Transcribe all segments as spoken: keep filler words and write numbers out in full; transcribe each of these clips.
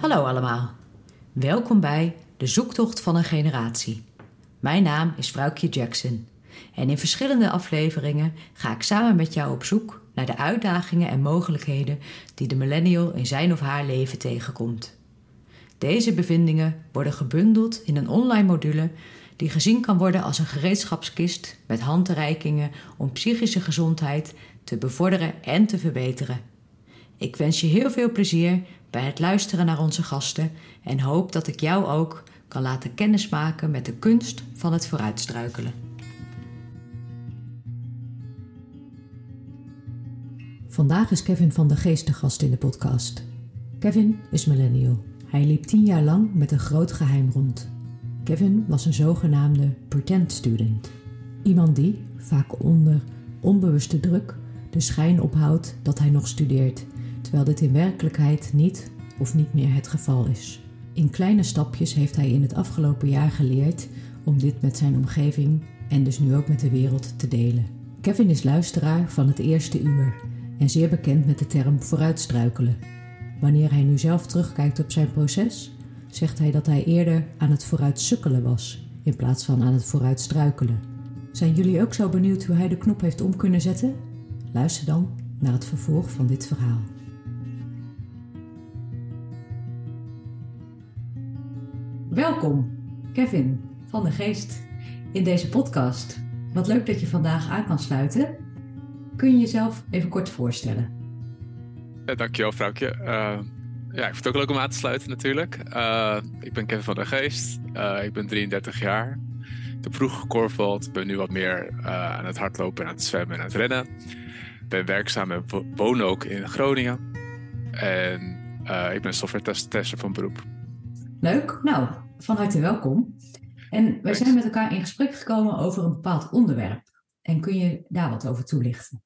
Hallo allemaal. Welkom bij De Zoektocht van een Generatie. Mijn naam is Vrouwtje Jackson. En in verschillende afleveringen ga ik samen met jou op zoek naar de uitdagingen en mogelijkheden die de millennial in zijn of haar leven tegenkomt. Deze bevindingen worden gebundeld in een online module die gezien kan worden als een gereedschapskist met handreikingen om psychische gezondheid te bevorderen en te verbeteren. Ik wens je heel veel plezier bij het luisteren naar onze gasten en hoop dat ik jou ook kan laten kennismaken met de kunst van het vooruitstruikelen. Vandaag is Kevin van der Geest de gast in de podcast. Kevin is millennial. Hij liep tien jaar lang met een groot geheim rond. Kevin was een zogenaamde pretend student. Iemand die, vaak onder onbewuste druk, de schijn ophoudt dat hij nog studeert, terwijl dit in werkelijkheid niet of niet meer het geval is. In kleine stapjes heeft hij in het afgelopen jaar geleerd om dit met zijn omgeving en dus nu ook met de wereld te delen. Kevin is luisteraar van het eerste uur en zeer bekend met de term vooruitstruikelen. Wanneer hij nu zelf terugkijkt op zijn proces, zegt hij dat hij eerder aan het vooruitsukkelen was in plaats van aan het vooruitstruikelen. Zijn jullie ook zo benieuwd hoe hij de knop heeft om kunnen zetten? Luister dan naar het vervolg van dit verhaal. Welkom, Kevin van der Geest, in deze podcast. Wat leuk dat je vandaag aan kan sluiten. Kun je jezelf even kort voorstellen? Ja, dankjewel, vrouwtje. Uh, ja, ik vind het ook leuk om aan te sluiten natuurlijk. Uh, ik ben Kevin van der Geest. Uh, ik ben drieëndertig jaar. Ik heb vroeg gekorfbald. Ik ben nu wat meer uh, aan het hardlopen en aan het zwemmen en aan het rennen. Ik ben werkzaam en wo- woon ook in Groningen. En uh, ik ben software-tester van beroep. Leuk. Nou, van harte welkom. En wij zijn met elkaar in gesprek gekomen over een bepaald onderwerp. En kun je daar wat over toelichten?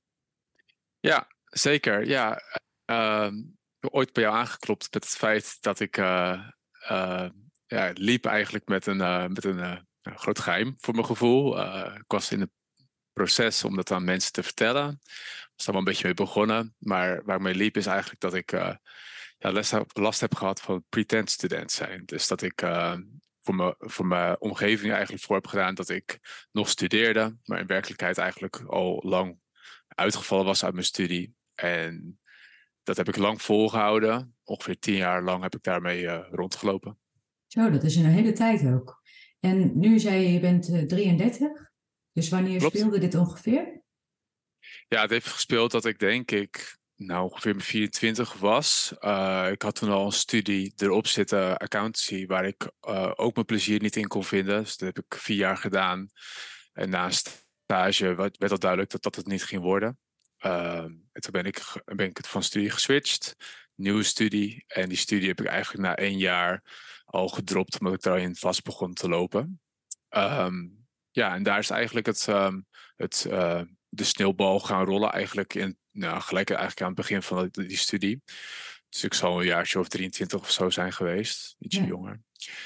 Ja, zeker. Ja, uh, ik heb ooit bij jou aangeklopt met het feit dat ik uh, uh, ja, liep eigenlijk met een, uh, met een uh, groot geheim voor mijn gevoel. Uh, ik was in het proces om dat aan mensen te vertellen. Ik was daar wel een beetje mee begonnen. Maar waar ik mee liep is eigenlijk dat ik uh, ja, les, last heb gehad van pretend student zijn. Dus dat ik uh, voor, me, voor mijn omgeving eigenlijk voor heb gedaan dat ik nog studeerde. Maar in werkelijkheid eigenlijk al lang uitgevallen was uit mijn studie. En dat heb ik lang volgehouden. Ongeveer tien jaar lang heb ik daarmee uh, rondgelopen. Zo, dat is een hele tijd ook. En nu zei je, je bent uh, drieëndertig. Dus wanneer Klopt. speelde dit ongeveer? Ja, het heeft gespeeld dat ik denk ik nou ongeveer mijn vierentwintig was. Uh, ik had toen al een studie erop zitten, accountancy, waar ik uh, ook mijn plezier niet in kon vinden. Dus dat heb ik vier jaar gedaan. En na een stage werd al duidelijk dat dat het niet ging worden. Uh, en toen ben ik, ben ik het van studie geswitcht. Nieuwe studie. En die studie heb ik eigenlijk na één jaar al gedropt, omdat ik daarin vast begon te lopen. Um, ja, en daar is eigenlijk het, um, het, uh, de sneeuwbal gaan rollen. Eigenlijk in, nou, gelijk eigenlijk aan het begin van die, die studie. Dus ik zal een jaartje of drieëntwintig of zo zijn geweest. Ietsje ja. jonger.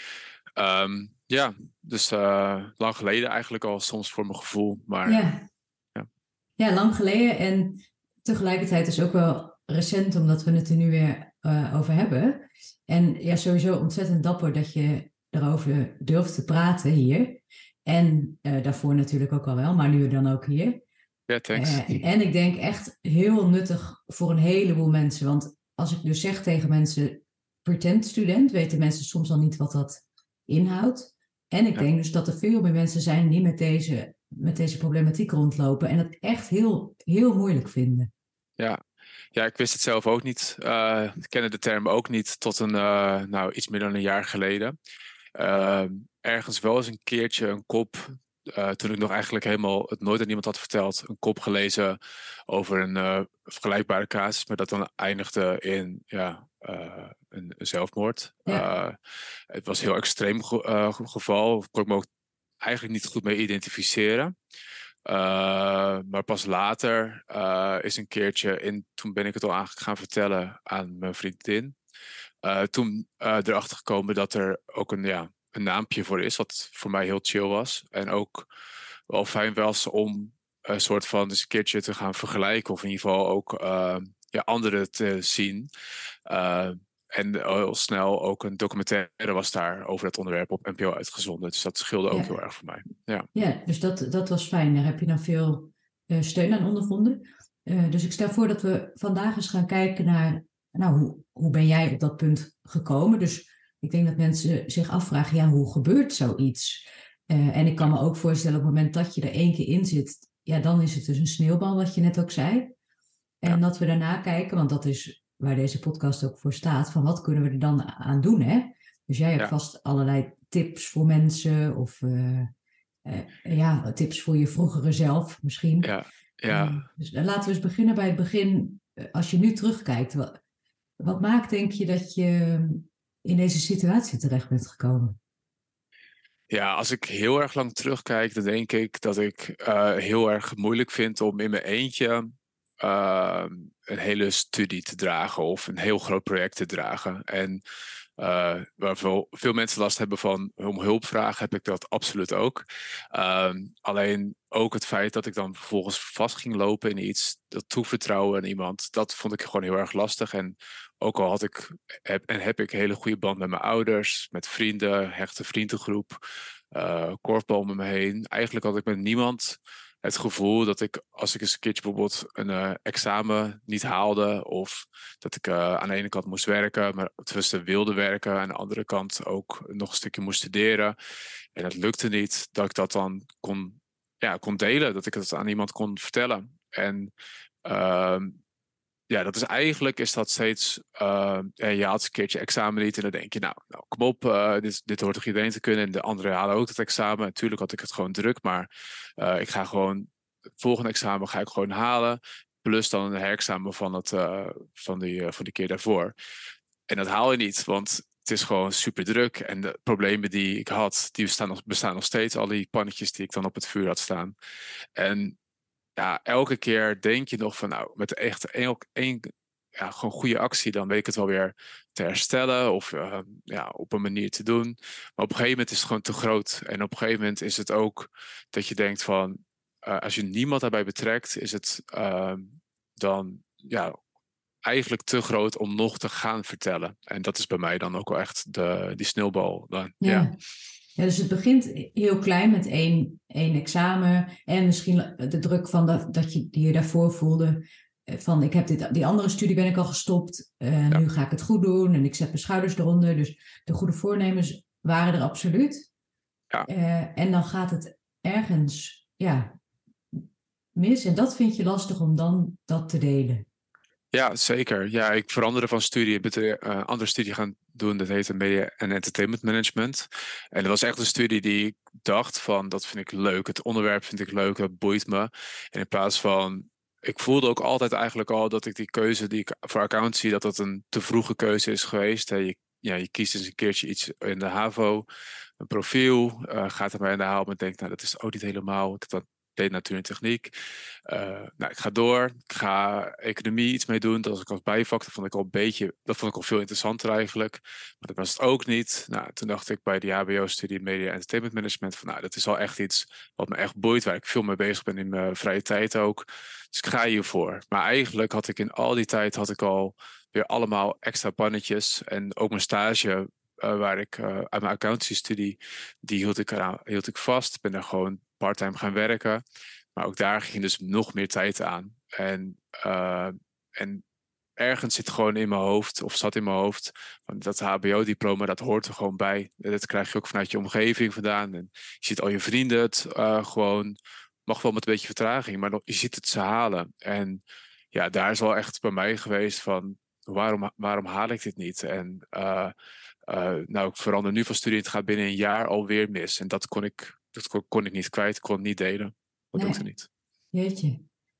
Um, ja, dus uh, lang geleden eigenlijk al soms voor mijn gevoel. Maar, ja. Ja. ja, lang geleden en tegelijkertijd is ook wel recent, omdat we het er nu weer uh, over hebben. En ja, sowieso ontzettend dapper dat je erover durft te praten hier. En uh, daarvoor natuurlijk ook al wel, maar nu dan ook hier. Ja, thanks. Uh, en ik denk echt heel nuttig voor een heleboel mensen. Want als ik dus zeg tegen mensen pretend student, weten mensen soms al niet wat dat inhoudt. En ik ja. denk dus dat er veel meer mensen zijn die met deze, met deze problematiek rondlopen en het echt heel, heel moeilijk vinden. Ja. Ja, ik wist het zelf ook niet. Uh, ik kende de term ook niet tot een, uh, nou, iets meer dan een jaar geleden. Uh, ergens wel eens een keertje een kop, uh, toen ik nog eigenlijk helemaal het nooit aan iemand had verteld, een kop gelezen over een uh, vergelijkbare casus, maar dat dan eindigde in ja, uh, een zelfmoord. Ja. Uh, het was een heel extreem ge- uh, geval. Ik kon me ook eigenlijk niet goed mee identificeren. Uh, maar pas later uh, is een keertje, in, toen ben ik het al aan gaan vertellen aan mijn vriendin. Uh, toen uh, erachter gekomen dat er ook een, ja, een naampje voor is, wat voor mij heel chill was. En ook wel fijn was om een soort van eens een keertje te gaan vergelijken. Of in ieder geval ook uh, ja, anderen te zien. Uh, en al snel ook een documentaire was daar over dat onderwerp op N P O uitgezonden. Dus dat scheelde ook Ja. heel erg voor mij. Ja, Ja, dus dat, dat was fijn. Daar heb je dan veel uh, steun aan ondervonden. Uh, dus ik stel voor dat we vandaag eens gaan kijken naar, nou, hoe, hoe ben jij op dat punt gekomen? Dus ik denk dat mensen zich afvragen, ja, hoe gebeurt zoiets? Uh, en ik kan me ook voorstellen, op het moment dat je er één keer in zit, ja, dan is het dus een sneeuwbal, wat je net ook zei. En ja. dat we daarna kijken, want dat is waar deze podcast ook voor staat, van wat kunnen we er dan aan doen, hè? Dus jij hebt ja. vast allerlei tips voor mensen of uh, uh, ja, tips voor je vroegere zelf misschien. Ja, ja. Uh, dus laten we eens beginnen bij het begin. Als je nu terugkijkt, wat, wat maakt denk je dat je in deze situatie terecht bent gekomen? Ja, als ik heel erg lang terugkijk, dan denk ik dat ik uh, heel erg moeilijk vind om in mijn eentje uh, een hele studie te dragen of een heel groot project te dragen. En uh, waar veel, veel mensen last hebben van om hulp vragen, heb ik dat absoluut ook. Uh, alleen ook het feit dat ik dan vervolgens vast ging lopen in iets, dat toevertrouwen aan iemand, dat vond ik gewoon heel erg lastig. En ook al had ik heb, en heb ik een hele goede band met mijn ouders, met vrienden, hechte vriendengroep, uh, korfbal om me heen. Eigenlijk had ik met niemand het gevoel dat ik, als ik eens een keertje bijvoorbeeld een uh, examen niet haalde, of dat ik uh, aan de ene kant moest werken, maar tussen wilde werken, aan de andere kant ook nog een stukje moest studeren. En dat lukte niet, dat ik dat dan kon, ja, kon delen, dat ik het aan iemand kon vertellen. En uh, ja, dat is eigenlijk is dat steeds, uh, ja, je haalt een keertje examen niet en dan denk je, nou, nou kom op, uh, dit, dit hoort toch iedereen te kunnen. En de anderen halen ook het examen. Natuurlijk had ik het gewoon druk, maar uh, ik ga gewoon, het volgende examen ga ik gewoon halen. Plus dan een herexamen van, het, uh, van, die, uh, van die keer daarvoor. En dat haal je niet, want het is gewoon super druk. En de problemen die ik had, die bestaan nog, bestaan nog steeds. Al die pannetjes die ik dan op het vuur had staan. En ja, elke keer denk je nog van, nou, met echt één, één ja, gewoon goede actie, dan weet ik het wel weer te herstellen of uh, ja, op een manier te doen. Maar op een gegeven moment is het gewoon te groot. En op een gegeven moment is het ook dat je denkt van, uh, als je niemand daarbij betrekt, is het uh, dan ja, eigenlijk te groot om nog te gaan vertellen. En dat is bij mij dan ook wel echt de, die sneeuwbal. Dan, ja. Ja. Ja, dus het begint heel klein met één, één examen en misschien de druk van de, dat je, die je daarvoor voelde. Van ik heb dit, die andere studie ben ik al gestopt, uh, ja. nu ga ik het goed doen en ik zet mijn schouders eronder. Dus de goede voornemens waren er absoluut. Ja. Uh, en dan gaat het ergens ja, mis en dat vind je lastig om dan dat te delen. Ja, zeker. Ja, ik veranderde van studie. Ik ben een uh, andere studie gaan doen. Dat heette Media en Entertainment Management. En dat was echt een studie die ik dacht van, dat vind ik leuk. Het onderwerp vind ik leuk, dat boeit me. En in plaats van, ik voelde ook altijd eigenlijk al dat ik die keuze die ik voor accountancy, dat dat een te vroege keuze is geweest. Je, ja, je kiest eens een keertje iets in de HAVO, een profiel, uh, gaat er maar in de haal, maar denkt, nou dat is ook niet helemaal. Ik dat deed natuur en techniek. Uh, nou, ik ga door. Ik ga economie iets mee doen. Dat was ik als bijvak. Dat vond ik al een beetje, dat vond ik al veel interessanter eigenlijk. Maar dat was het ook niet. Nou, toen dacht ik bij die H B O-studie Media en Entertainment Management van, nou, dat is al echt iets wat me echt boeit, waar ik veel mee bezig ben in mijn vrije tijd ook. Dus ik ga hiervoor. Maar eigenlijk had ik in al die tijd had ik al weer allemaal extra pannetjes. En ook mijn stage, uh, waar ik uh, uit mijn accountancy-studie, die hield ik, uh, hield ik vast. Ik ben daar gewoon parttime gaan werken. Maar ook daar ging dus nog meer tijd aan. En, uh, en ergens zit gewoon in mijn hoofd, of zat in mijn hoofd, dat H B O-diploma, dat hoort er gewoon bij. Dat krijg je ook vanuit je omgeving vandaan. En je ziet al je vrienden het uh, gewoon, mag wel met een beetje vertraging, maar je ziet het ze halen. En ja, daar is wel echt bij mij geweest van, waarom, waarom haal ik dit niet? En uh, uh, nou, ik verander nu van studie, het gaat binnen een jaar alweer mis. En dat kon ik, dat kon, kon ik niet kwijt, kon het niet delen. Dat nee. lukte niet. Jeetje.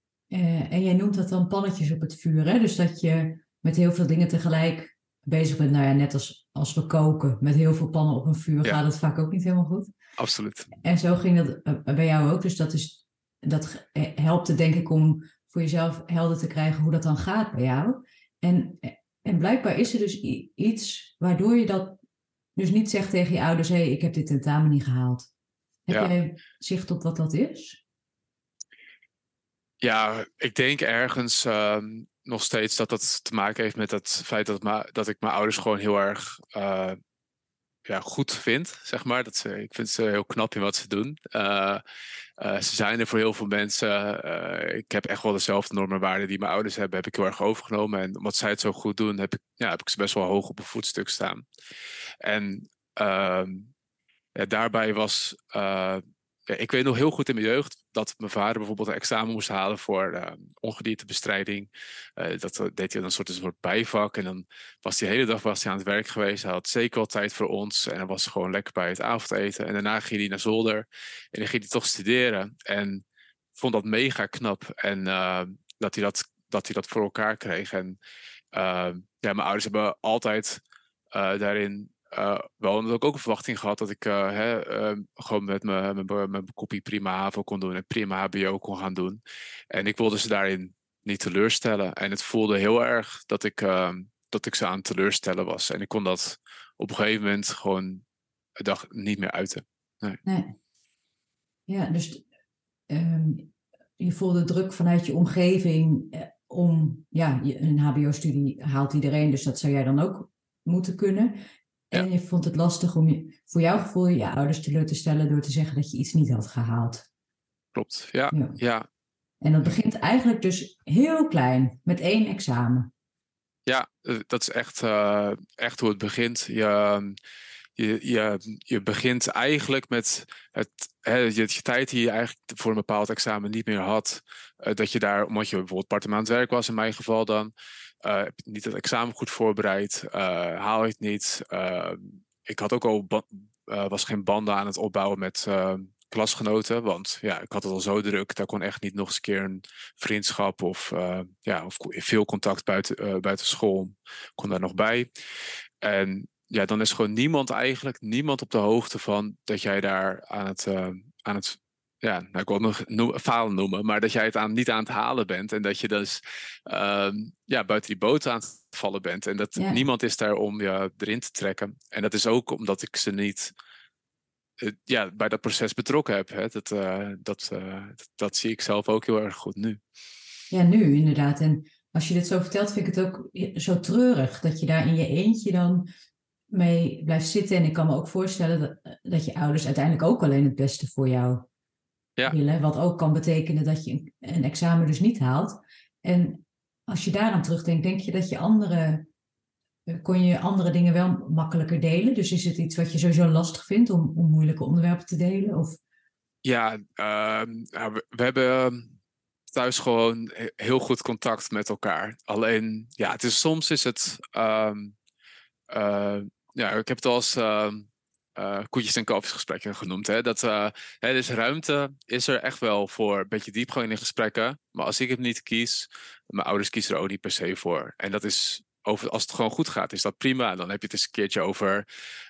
Uh, en jij noemt dat dan pannetjes op het vuur, hè? Dus dat je met heel veel dingen tegelijk bezig bent. Nou ja, net als, als we koken, met heel veel pannen op een vuur ja. gaat het vaak ook niet helemaal goed. Absoluut. En zo ging dat uh, bij jou ook. Dus dat, is, dat helpt het denk ik om voor jezelf helder te krijgen hoe dat dan gaat bij jou. En, en blijkbaar is er dus iets waardoor je dat dus niet zegt tegen je ouders, hé, hey, ik heb dit tentamen niet gehaald. Heb ja. jij zicht op wat dat is? Ja, ik denk ergens, uh, nog steeds dat dat te maken heeft met het feit dat, ma- dat ik mijn ouders gewoon heel erg uh, ja, goed vind, zeg maar. Dat ze, ik vind ze heel knap in wat ze doen. Uh, uh, ze zijn er voor heel veel mensen. Uh, ik heb echt wel dezelfde normen en waarden die mijn ouders hebben, heb ik heel erg overgenomen. En omdat zij het zo goed doen, heb ik, ja, heb ik ze best wel hoog op een voetstuk staan. En uh, ja, daarbij was... Uh, Ja, ik weet nog heel goed in mijn jeugd dat mijn vader bijvoorbeeld een examen moest halen voor uh, ongediertebestrijding. Uh, dat uh, deed hij dan een soort, een soort bijvak. En dan was hij de hele dag was hij aan het werk geweest. Hij had zeker wel tijd voor ons. En dan was hij gewoon lekker bij het avondeten. En daarna ging hij naar zolder. En dan ging hij toch studeren. En ik vond dat mega knap. En uh, dat, hij dat, dat hij dat voor elkaar kreeg. En uh, ja, mijn ouders hebben altijd uh, daarin... Uh, wel, omdat ik ook een verwachting gehad dat ik uh, hè, uh, gewoon met mijn kopie prima HAVO kon doen en prima H B O kon gaan doen. En ik wilde ze daarin niet teleurstellen. En het voelde heel erg dat ik, uh, dat ik ze aan het teleurstellen was. En ik kon dat op een gegeven moment gewoon een dag niet meer uiten. Nee. nee. Ja, dus um, je voelde druk vanuit je omgeving eh, om, ja, een H B O-studie haalt iedereen, dus dat zou jij dan ook moeten kunnen. En ja. Je vond het lastig om je, voor jouw gevoel je ouders teleur te stellen door te zeggen dat je iets niet had gehaald. Klopt, ja. ja. ja. En dat begint eigenlijk dus heel klein, met één examen. Ja, dat is echt, uh, echt hoe het begint. Je, je, je, je begint eigenlijk met het, hè, je, je tijd die je eigenlijk voor een bepaald examen niet meer had. Uh, dat je daar, omdat je bijvoorbeeld part-time aan het werk was in mijn geval dan... Uh, heb je niet het examen goed voorbereid, uh, haal je het niet. Uh, ik had ook al ba- uh, was geen banden aan het opbouwen met uh, klasgenoten, want ja, ik had het al zo druk. Daar kon echt niet nog eens een keer een vriendschap of, uh, ja, of veel contact buiten, uh, buiten school kon daar nog bij. En ja, dan is gewoon niemand eigenlijk, niemand op de hoogte van dat jij daar aan het, uh, aan het ja, nou, ik wil het nog no- falen noemen, maar dat jij het aan, niet aan het halen bent en dat je dus uh, ja, buiten die boot aan het vallen bent en dat ja. niemand is daar om je erin te trekken. En dat is ook omdat ik ze niet uh, ja, bij dat proces betrokken heb. Hè. Dat, uh, dat, uh, dat, dat zie ik zelf ook heel erg goed nu. Ja, nu inderdaad. En als je dit zo vertelt, vind ik het ook zo treurig dat je daar in je eentje dan mee blijft zitten. En ik kan me ook voorstellen dat, dat je ouders uiteindelijk ook alleen het beste voor jou ja. willen. Wat ook kan betekenen dat je een, een examen dus niet haalt. En als je daaraan terugdenkt, denk je dat je andere... kon je andere dingen wel makkelijker delen? Dus is het iets wat je sowieso lastig vindt om, om moeilijke onderwerpen te delen? Of? Ja, uh, we, we hebben thuis gewoon heel goed contact met elkaar. Alleen, ja, het is, soms is het... Um, uh, ja, ik heb het als... Uh, Uh, koetjes- en kalfjesgesprekken genoemd. Hè? Dat, uh, hè, dus ruimte is er echt wel voor een beetje diepgang in gesprekken. Maar als ik het niet kies, mijn ouders kiezen er ook niet per se voor. En dat is, over, als het gewoon goed gaat, is dat prima. Dan heb je het eens een keertje over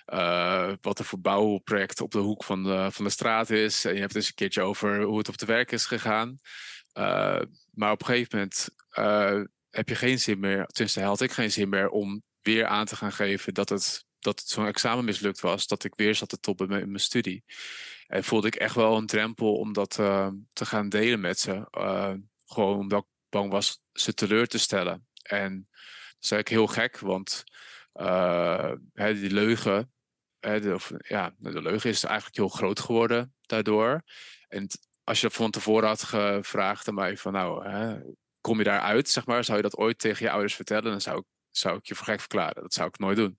uh, wat er voor bouwproject op de hoek van de, van de straat is. En je hebt het eens een keertje over hoe het op de werk is gegaan. Uh, maar op een gegeven moment uh, heb je geen zin meer, tenminste had ik geen zin meer om weer aan te gaan geven dat het dat het zo'n examen mislukt was, dat ik weer zat te toppen in mijn studie. En voelde ik echt wel een drempel om dat uh, te gaan delen met ze. Uh, gewoon omdat ik bang was ze teleur te stellen. En dat is eigenlijk heel gek, want uh, hè, die leugen, hè, de, of, ja, de leugen is eigenlijk heel groot geworden daardoor. En t, als je dat van tevoren had gevraagd aan mij van nou, hè, kom je daaruit, zeg maar, zou je dat ooit tegen je ouders vertellen? Dan zou ik, zou ik je voor gek verklaren. Dat zou ik nooit doen.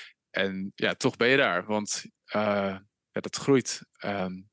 En ja, toch ben je daar, want uh, ja, dat groeit. Um,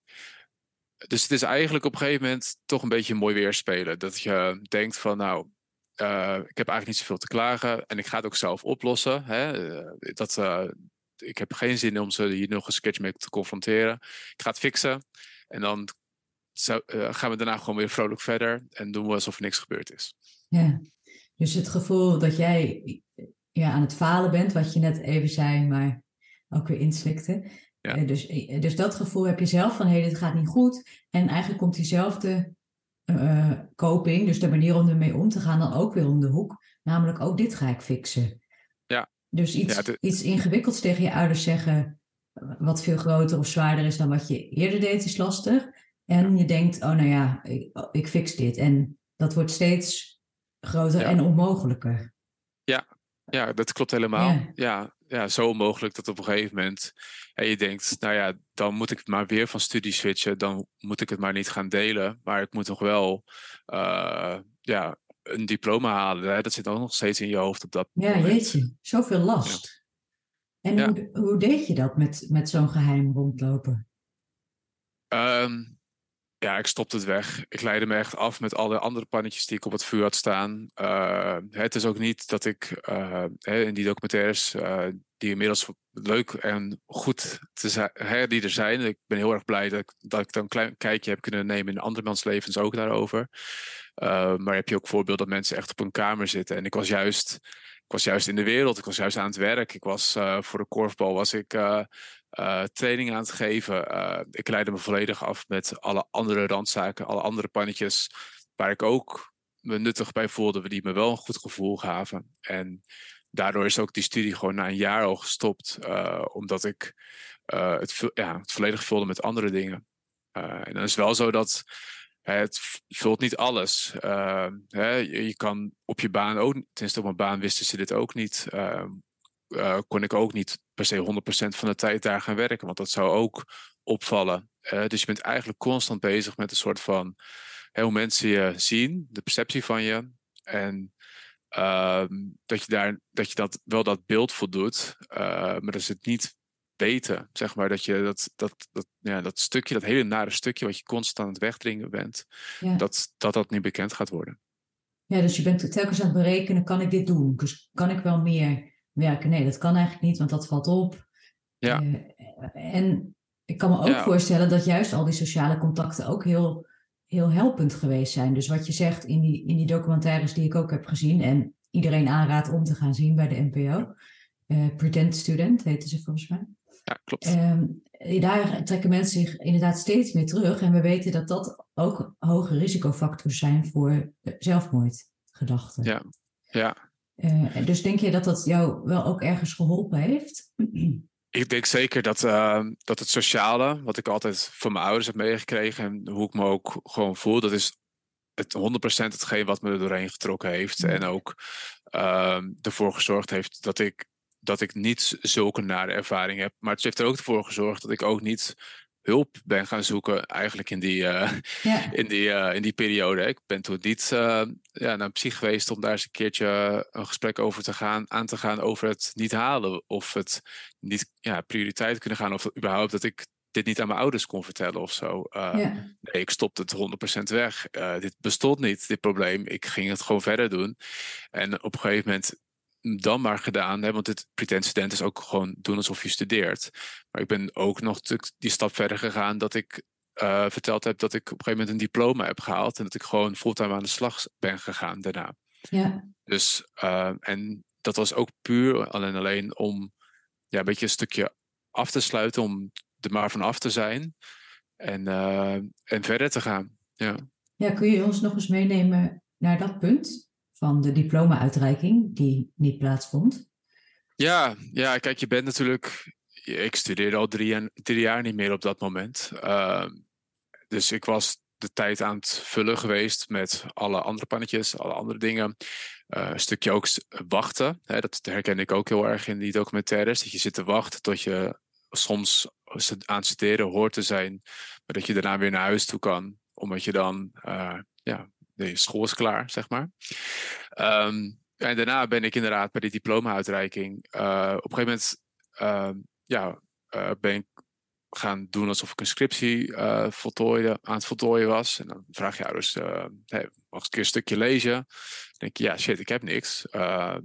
dus het is eigenlijk op een gegeven moment toch een beetje mooi weerspelen. Dat je denkt van nou, uh, ik heb eigenlijk niet zoveel te klagen en ik ga het ook zelf oplossen. Hè? Uh, dat, uh, ik heb geen zin om ze hier nog een sketch mee te confronteren. Ik ga het fixen en dan zo, uh, gaan we daarna gewoon weer vrolijk verder en doen we alsof er niks gebeurd is. Ja, dus het gevoel dat jij... ja, aan het falen bent, wat je net even zei, maar ook weer inslikte. Ja. Uh, dus, dus dat gevoel heb je zelf van, hé, hey, dit gaat niet goed. En eigenlijk komt diezelfde uh, coping, dus de manier om ermee om te gaan, dan ook weer om de hoek. Namelijk, ook dit ga ik fixen. Ja. Dus iets, ja, de... iets ingewikkelds tegen je ouders zeggen, wat veel groter of zwaarder is dan wat je eerder deed, is lastig. En je denkt, oh nou ja, ik, ik fix dit. En dat wordt steeds... groter Ja. en onmogelijker. Ja, ja, dat klopt helemaal. Ja. Ja, ja, zo onmogelijk dat op een gegeven moment en je denkt, nou ja, dan moet ik maar weer van studie switchen. Dan moet ik het maar niet gaan delen. Maar ik moet nog wel uh, ja, een diploma halen. Hè? Dat zit ook nog steeds in je hoofd op dat Ja, moment. jeetje, zoveel last. Ja. En ja. hoe, hoe deed je dat met, met zo'n geheim rondlopen? Um, Ja, ik stopte het weg. Ik leidde me echt af met alle andere pannetjes die ik op het vuur had staan. Uh, het is ook niet dat ik uh, in die documentaires, uh, die inmiddels leuk en goed te zijn, hè, die er zijn. Ik ben heel erg blij dat ik, dat ik dan een klein kijkje heb kunnen nemen in andermans levens ook daarover. Uh, maar heb je ook voorbeeld dat mensen echt op een kamer zitten. En ik was juist, ik was juist in de wereld. Ik was juist aan het werk. Ik was uh, voor de korfbal was ik... Uh, Uh, training aan het geven. Uh, ik leidde me volledig af met alle andere randzaken, alle andere pannetjes waar ik ook me nuttig bij voelde, die me wel een goed gevoel gaven. En daardoor is ook die studie gewoon na een jaar al gestopt, uh, omdat ik uh, het, ja, het volledig vulde met andere dingen. Uh, en dan is het wel zo dat het vult niet alles. Uh, hè, je, je kan op je baan ook, tenminste op mijn baan wisten ze dit ook niet. Uh, Uh, kon ik ook niet per se honderd procent van de tijd daar gaan werken. Want dat zou ook opvallen. Uh, dus je bent eigenlijk constant bezig met een soort van... Hè, hoe mensen je zien, de perceptie van je. En uh, dat je daar dat je dat wel dat beeld voldoet. Uh, maar dat is het niet weten. Zeg maar dat je dat, dat, dat, ja, dat stukje, dat hele nare stukje... wat je constant aan het wegdringen bent... Ja. Dat, dat dat niet bekend gaat worden. Ja, dus je bent telkens aan het berekenen... kan ik dit doen? Dus kan ik wel meer... werken. Nee, dat kan eigenlijk niet, want dat valt op. Ja. Uh, en ik kan me ook ja. voorstellen dat juist al die sociale contacten ook heel, heel helpend geweest zijn. Dus wat je zegt in die, in die documentaires die ik ook heb gezien en iedereen aanraadt om te gaan zien bij de N P O. Uh, Pretend Student heette ze volgens mij. Ja, klopt. Um, daar trekken mensen zich inderdaad steeds meer terug. En we weten dat dat ook hoge risicofactoren zijn voor zelfmoordgedachten. Ja, ja. Uh, dus denk je dat dat jou wel ook ergens geholpen heeft? Ik denk zeker dat, uh, dat het sociale, wat ik altijd van mijn ouders heb meegekregen en hoe ik me ook gewoon voel, dat is het honderd procent hetgeen wat me er doorheen getrokken heeft. Mm. En ook uh, ervoor gezorgd heeft dat ik, dat ik niet zulke nare ervaring heb. Maar het heeft er ook voor gezorgd dat ik ook niet hulp ben gaan zoeken eigenlijk in die, uh, ja. in die, uh, in die periode. Ik ben toen niet uh, ja, naar een psych geweest om daar eens een keertje een gesprek over te gaan, aan te gaan over het niet halen of het niet ja, prioriteit kunnen gaan of überhaupt dat ik dit niet aan mijn ouders kon vertellen of zo. Uh, ja. Nee, ik stopte het honderd procent weg. Uh, dit bestond niet, dit probleem. Ik ging het gewoon verder doen. En op een gegeven moment dan maar gedaan, hè, want het pretend student is ook gewoon doen alsof je studeert. Maar ik ben ook nog die stap verder gegaan dat ik uh, verteld heb dat ik op een gegeven moment een diploma heb gehaald en dat ik gewoon fulltime aan de slag ben gegaan daarna. Ja. Dus, uh, en dat was ook puur alleen alleen om ja, een beetje een stukje af te sluiten, om er maar van af te zijn en, uh, en verder te gaan. Ja. Ja, kun je ons nog eens meenemen naar dat punt? Van de diploma-uitreiking die niet plaatsvond? Ja, ja, kijk, je bent natuurlijk... Ik studeerde al drie jaar, drie jaar niet meer op dat moment. Uh, dus ik was de tijd aan het vullen geweest met alle andere pannetjes, alle andere dingen. Uh, een stukje ook wachten. Hè, dat herken ik ook heel erg in die documentaires. Dat je zit te wachten tot je soms aan het studeren hoort te zijn. Maar dat je daarna weer naar huis toe kan. Omdat je dan... Uh, ja, de school is klaar, zeg maar. Um, en daarna ben ik inderdaad bij die diploma-uitreiking... Uh, op een gegeven moment uh, ja, uh, ben ik gaan doen alsof ik een scriptie uh, voltooide, aan het voltooien was. En dan vraag je ouders, uh, hey, mag ik een keer een stukje lezen? Dan denk je, ja, shit, ik heb niks. Uh,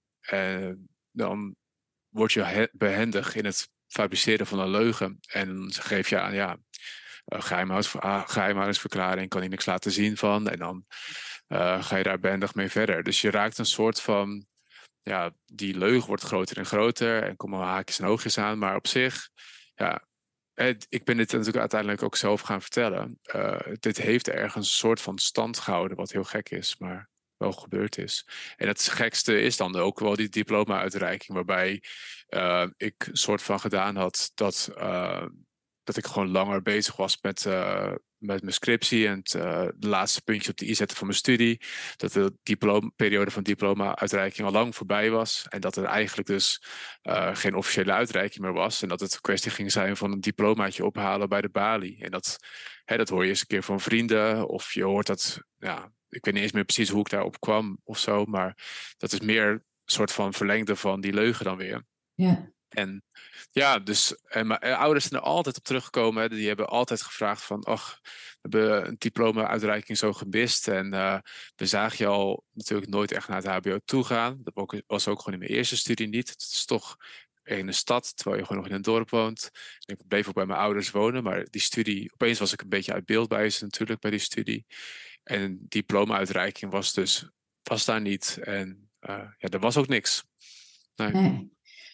en dan word je behendig in het fabriceren van een leugen. En ze geef je aan, ja... Uh, geheimhoudingsverklaring, kan je niks laten zien van. En dan uh, ga je daar behendig mee verder. Dus je raakt een soort van... Ja, die leugen wordt groter en groter. En komen haakjes en oogjes aan. Maar op zich... Ja, het, ik ben dit natuurlijk uiteindelijk ook zelf gaan vertellen. Uh, dit heeft ergens een soort van stand gehouden. Wat heel gek is, maar wel gebeurd is. En het gekste is dan ook wel die diploma-uitreiking. Waarbij uh, ik een soort van gedaan had dat... Uh, dat ik gewoon langer bezig was met, uh, met mijn scriptie en het uh, de laatste puntje op de i zetten van mijn studie. Dat de diploma, periode van diploma-uitreiking al lang voorbij was. En dat er eigenlijk dus uh, geen officiële uitreiking meer was. En dat het een kwestie ging zijn van een diplomaatje ophalen bij de balie. En dat, hè, dat hoor je eens een keer van vrienden. Of je hoort dat, ja, ik weet niet eens meer precies hoe ik daarop kwam of zo. Maar dat is meer een soort van verlengde van die leugen dan weer. Ja. En ja, dus en mijn ouders zijn er altijd op teruggekomen. Hè. Die hebben altijd gevraagd van, ach, we hebben een diploma-uitreiking zo gemist. En uh, we zagen je al natuurlijk nooit echt naar het hbo toe gaan. Dat was ook gewoon in mijn eerste studie niet. Het is toch in een stad, terwijl je gewoon nog in een dorp woont. En ik bleef ook bij mijn ouders wonen. Maar die studie, opeens was ik een beetje uit beeld bij ze natuurlijk, bij die studie. En een diploma-uitreiking was dus, was daar niet. En uh, ja, er was ook niks. Nee. nee.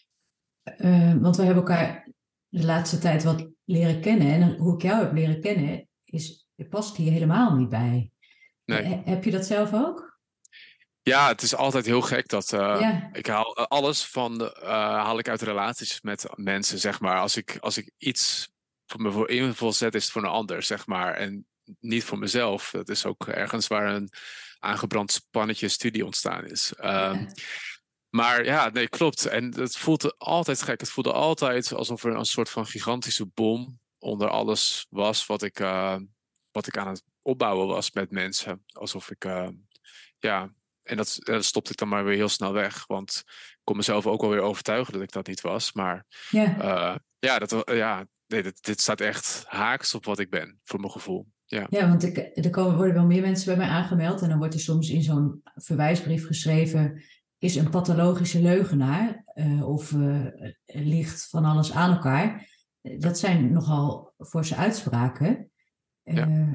Uh, want we hebben elkaar de laatste tijd wat leren kennen. En hoe ik jou heb leren kennen, is, past hier helemaal niet bij. Nee. He, heb je dat zelf ook? Ja, het is altijd heel gek dat uh, ja. ik haal alles van uh, haal ik uit relaties met mensen, zeg maar. Als ik, als ik iets voor me voor invul zet, is het voor een ander, zeg maar. En niet voor mezelf. Dat is ook ergens waar een aangebrand spannetje studie ontstaan is. Um, ja. Maar ja, nee, klopt. En het voelde altijd gek. Het voelde altijd alsof er een soort van gigantische bom onder alles was wat ik, uh, wat ik aan het opbouwen was met mensen. Alsof ik, uh, ja, en dat, dat stopte ik dan maar weer heel snel weg. Want ik kon mezelf ook wel weer overtuigen dat ik dat niet was. Maar ja, uh, ja, dat, ja nee, dit, dit staat echt haaks op wat ik ben, voor mijn gevoel. Ja, ja want ik, er komen, worden wel meer mensen bij mij aangemeld. En dan wordt er soms in zo'n verwijsbrief geschreven, is een pathologische leugenaar uh, of uh, liegt van alles aan elkaar. Dat zijn nogal forse uitspraken. Uh, ja.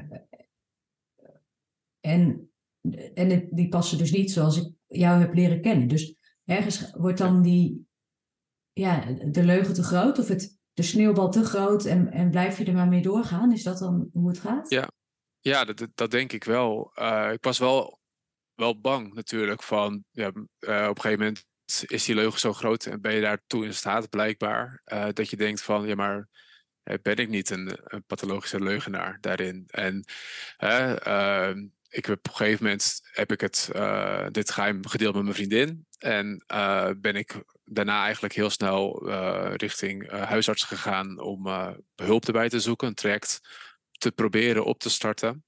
En, en die passen dus niet zoals ik jou heb leren kennen. Dus ergens wordt dan die, ja, de leugen te groot of het, de sneeuwbal te groot en, en blijf je er maar mee doorgaan? Is dat dan hoe het gaat? Ja, ja dat, dat denk ik wel. Uh, ik was wel... wel bang natuurlijk van, ja, uh, op een gegeven moment is die leugen zo groot en ben je daartoe in staat blijkbaar, uh, dat je denkt van, ja maar uh, ben ik niet een, een pathologische leugenaar daarin? En uh, uh, ik heb op een gegeven moment heb ik het, uh, dit geheim gedeeld met mijn vriendin en uh, ben ik daarna eigenlijk heel snel uh, richting uh, huisarts gegaan om uh, hulp erbij te zoeken, een traject te proberen op te starten.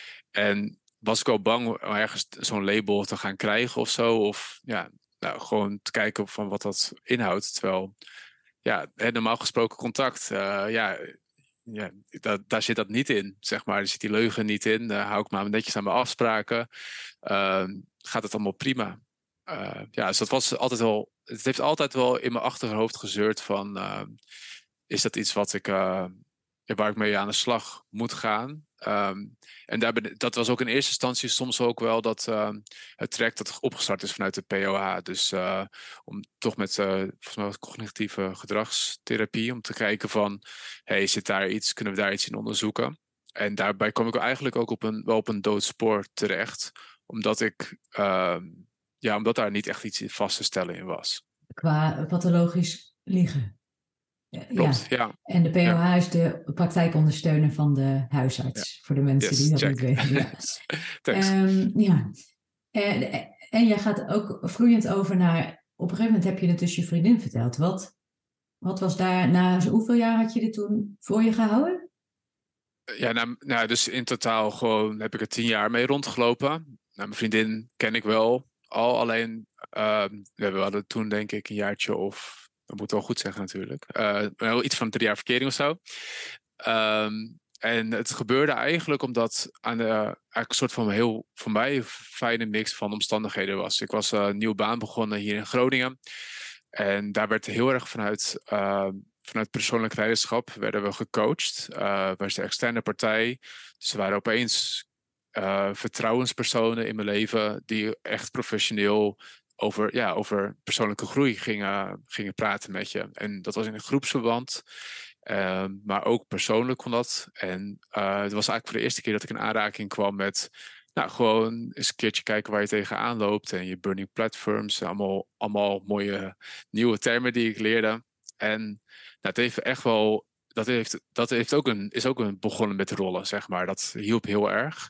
En was ik wel bang om ergens zo'n label te gaan krijgen of zo. Of ja, nou, gewoon te kijken van wat dat inhoudt. Terwijl, ja, normaal gesproken contact, uh, ja, ja da, daar zit dat niet in, zeg maar. Er zit die leugen niet in. Uh, hou ik maar netjes aan mijn afspraken. Uh, gaat het allemaal prima. Uh, ja, dus dat was altijd wel, het heeft altijd wel in mijn achterhoofd gezeurd van, uh, is dat iets wat ik, uh, waar ik mee aan de slag moet gaan? Um, en daar ben, dat was ook in eerste instantie soms ook wel dat uh, het traject dat opgestart is vanuit de P O H. Dus uh, om toch met uh, volgens mij cognitieve gedragstherapie, om te kijken van, hey, zit daar iets, kunnen we daar iets in onderzoeken? En daarbij kwam ik eigenlijk ook op een, wel op een doodspoor terecht, omdat ik, uh, ja, omdat daar niet echt iets vast te stellen in was. Qua pathologisch liegen. Klopt, ja. ja. En de P O H ja. is de praktijkondersteuner van de huisarts. Ja. Voor de mensen yes, die dat check. Niet weten. Ja. Thanks. Um, ja. En, en jij gaat ook vloeiend over naar... Op een gegeven moment heb je het dus je vriendin verteld. Wat, wat was daar... Na hoeveel jaar had je dit toen voor je gehouden? Ja, nou, nou, dus in totaal gewoon heb ik er tien jaar mee rondgelopen. Nou, mijn vriendin ken ik wel al. Alleen, uh, we hadden toen denk ik een jaartje of... Dat moet wel goed zeggen natuurlijk. Uh, iets van drie jaar verkering of zo. Um, en het gebeurde eigenlijk omdat aan de, eigenlijk een soort van heel voor mij fijne mix van omstandigheden was. Ik was uh, een nieuwe baan begonnen hier in Groningen. En daar werd heel erg vanuit, uh, vanuit persoonlijk leiderschap werden we gecoacht. Uh, was de externe partij. Dus er waren opeens uh, vertrouwenspersonen in mijn leven die echt professioneel over, ja, over persoonlijke groei gingen, gingen praten met je. En dat was in een groepsverband. Uh, maar ook persoonlijk kon dat. En uh, het was eigenlijk voor de eerste keer dat ik in aanraking kwam met... Nou, gewoon eens een keertje kijken waar je tegenaan loopt. En je burning platforms. Allemaal, allemaal mooie nieuwe termen die ik leerde. En nou, het heeft echt wel dat, heeft, dat heeft ook een, is ook een begonnen met rollen, zeg maar. Dat hielp heel erg.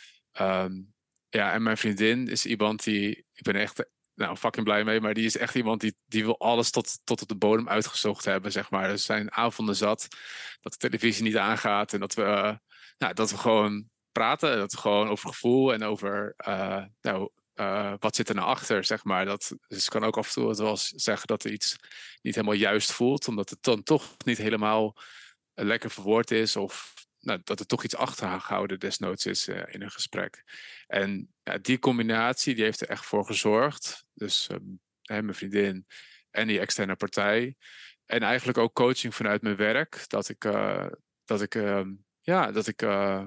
Um, ja, en mijn vriendin is iemand die... Ik ben echt nou, fucking blij mee, maar die is echt iemand die, die wil alles tot, tot op de bodem uitgezocht hebben, zeg maar. Er zijn avonden zat dat de televisie niet aangaat en dat we, uh, nou, dat we gewoon praten. Dat we gewoon over gevoel en over... Uh, nou, Uh, wat zit er nou achter, zeg maar. Dat, dus ik kan ook af en toe wel zeggen dat er iets niet helemaal juist voelt, omdat het dan toch niet helemaal uh, lekker verwoord is, of nou, dat er toch iets achtergehouden desnoods is uh, in een gesprek. En ja, die combinatie, die heeft er echt voor gezorgd. Dus um, hè, mijn vriendin en die externe partij. En eigenlijk ook coaching vanuit mijn werk. Dat ik, uh, dat ik, uh, ja, dat ik... Uh,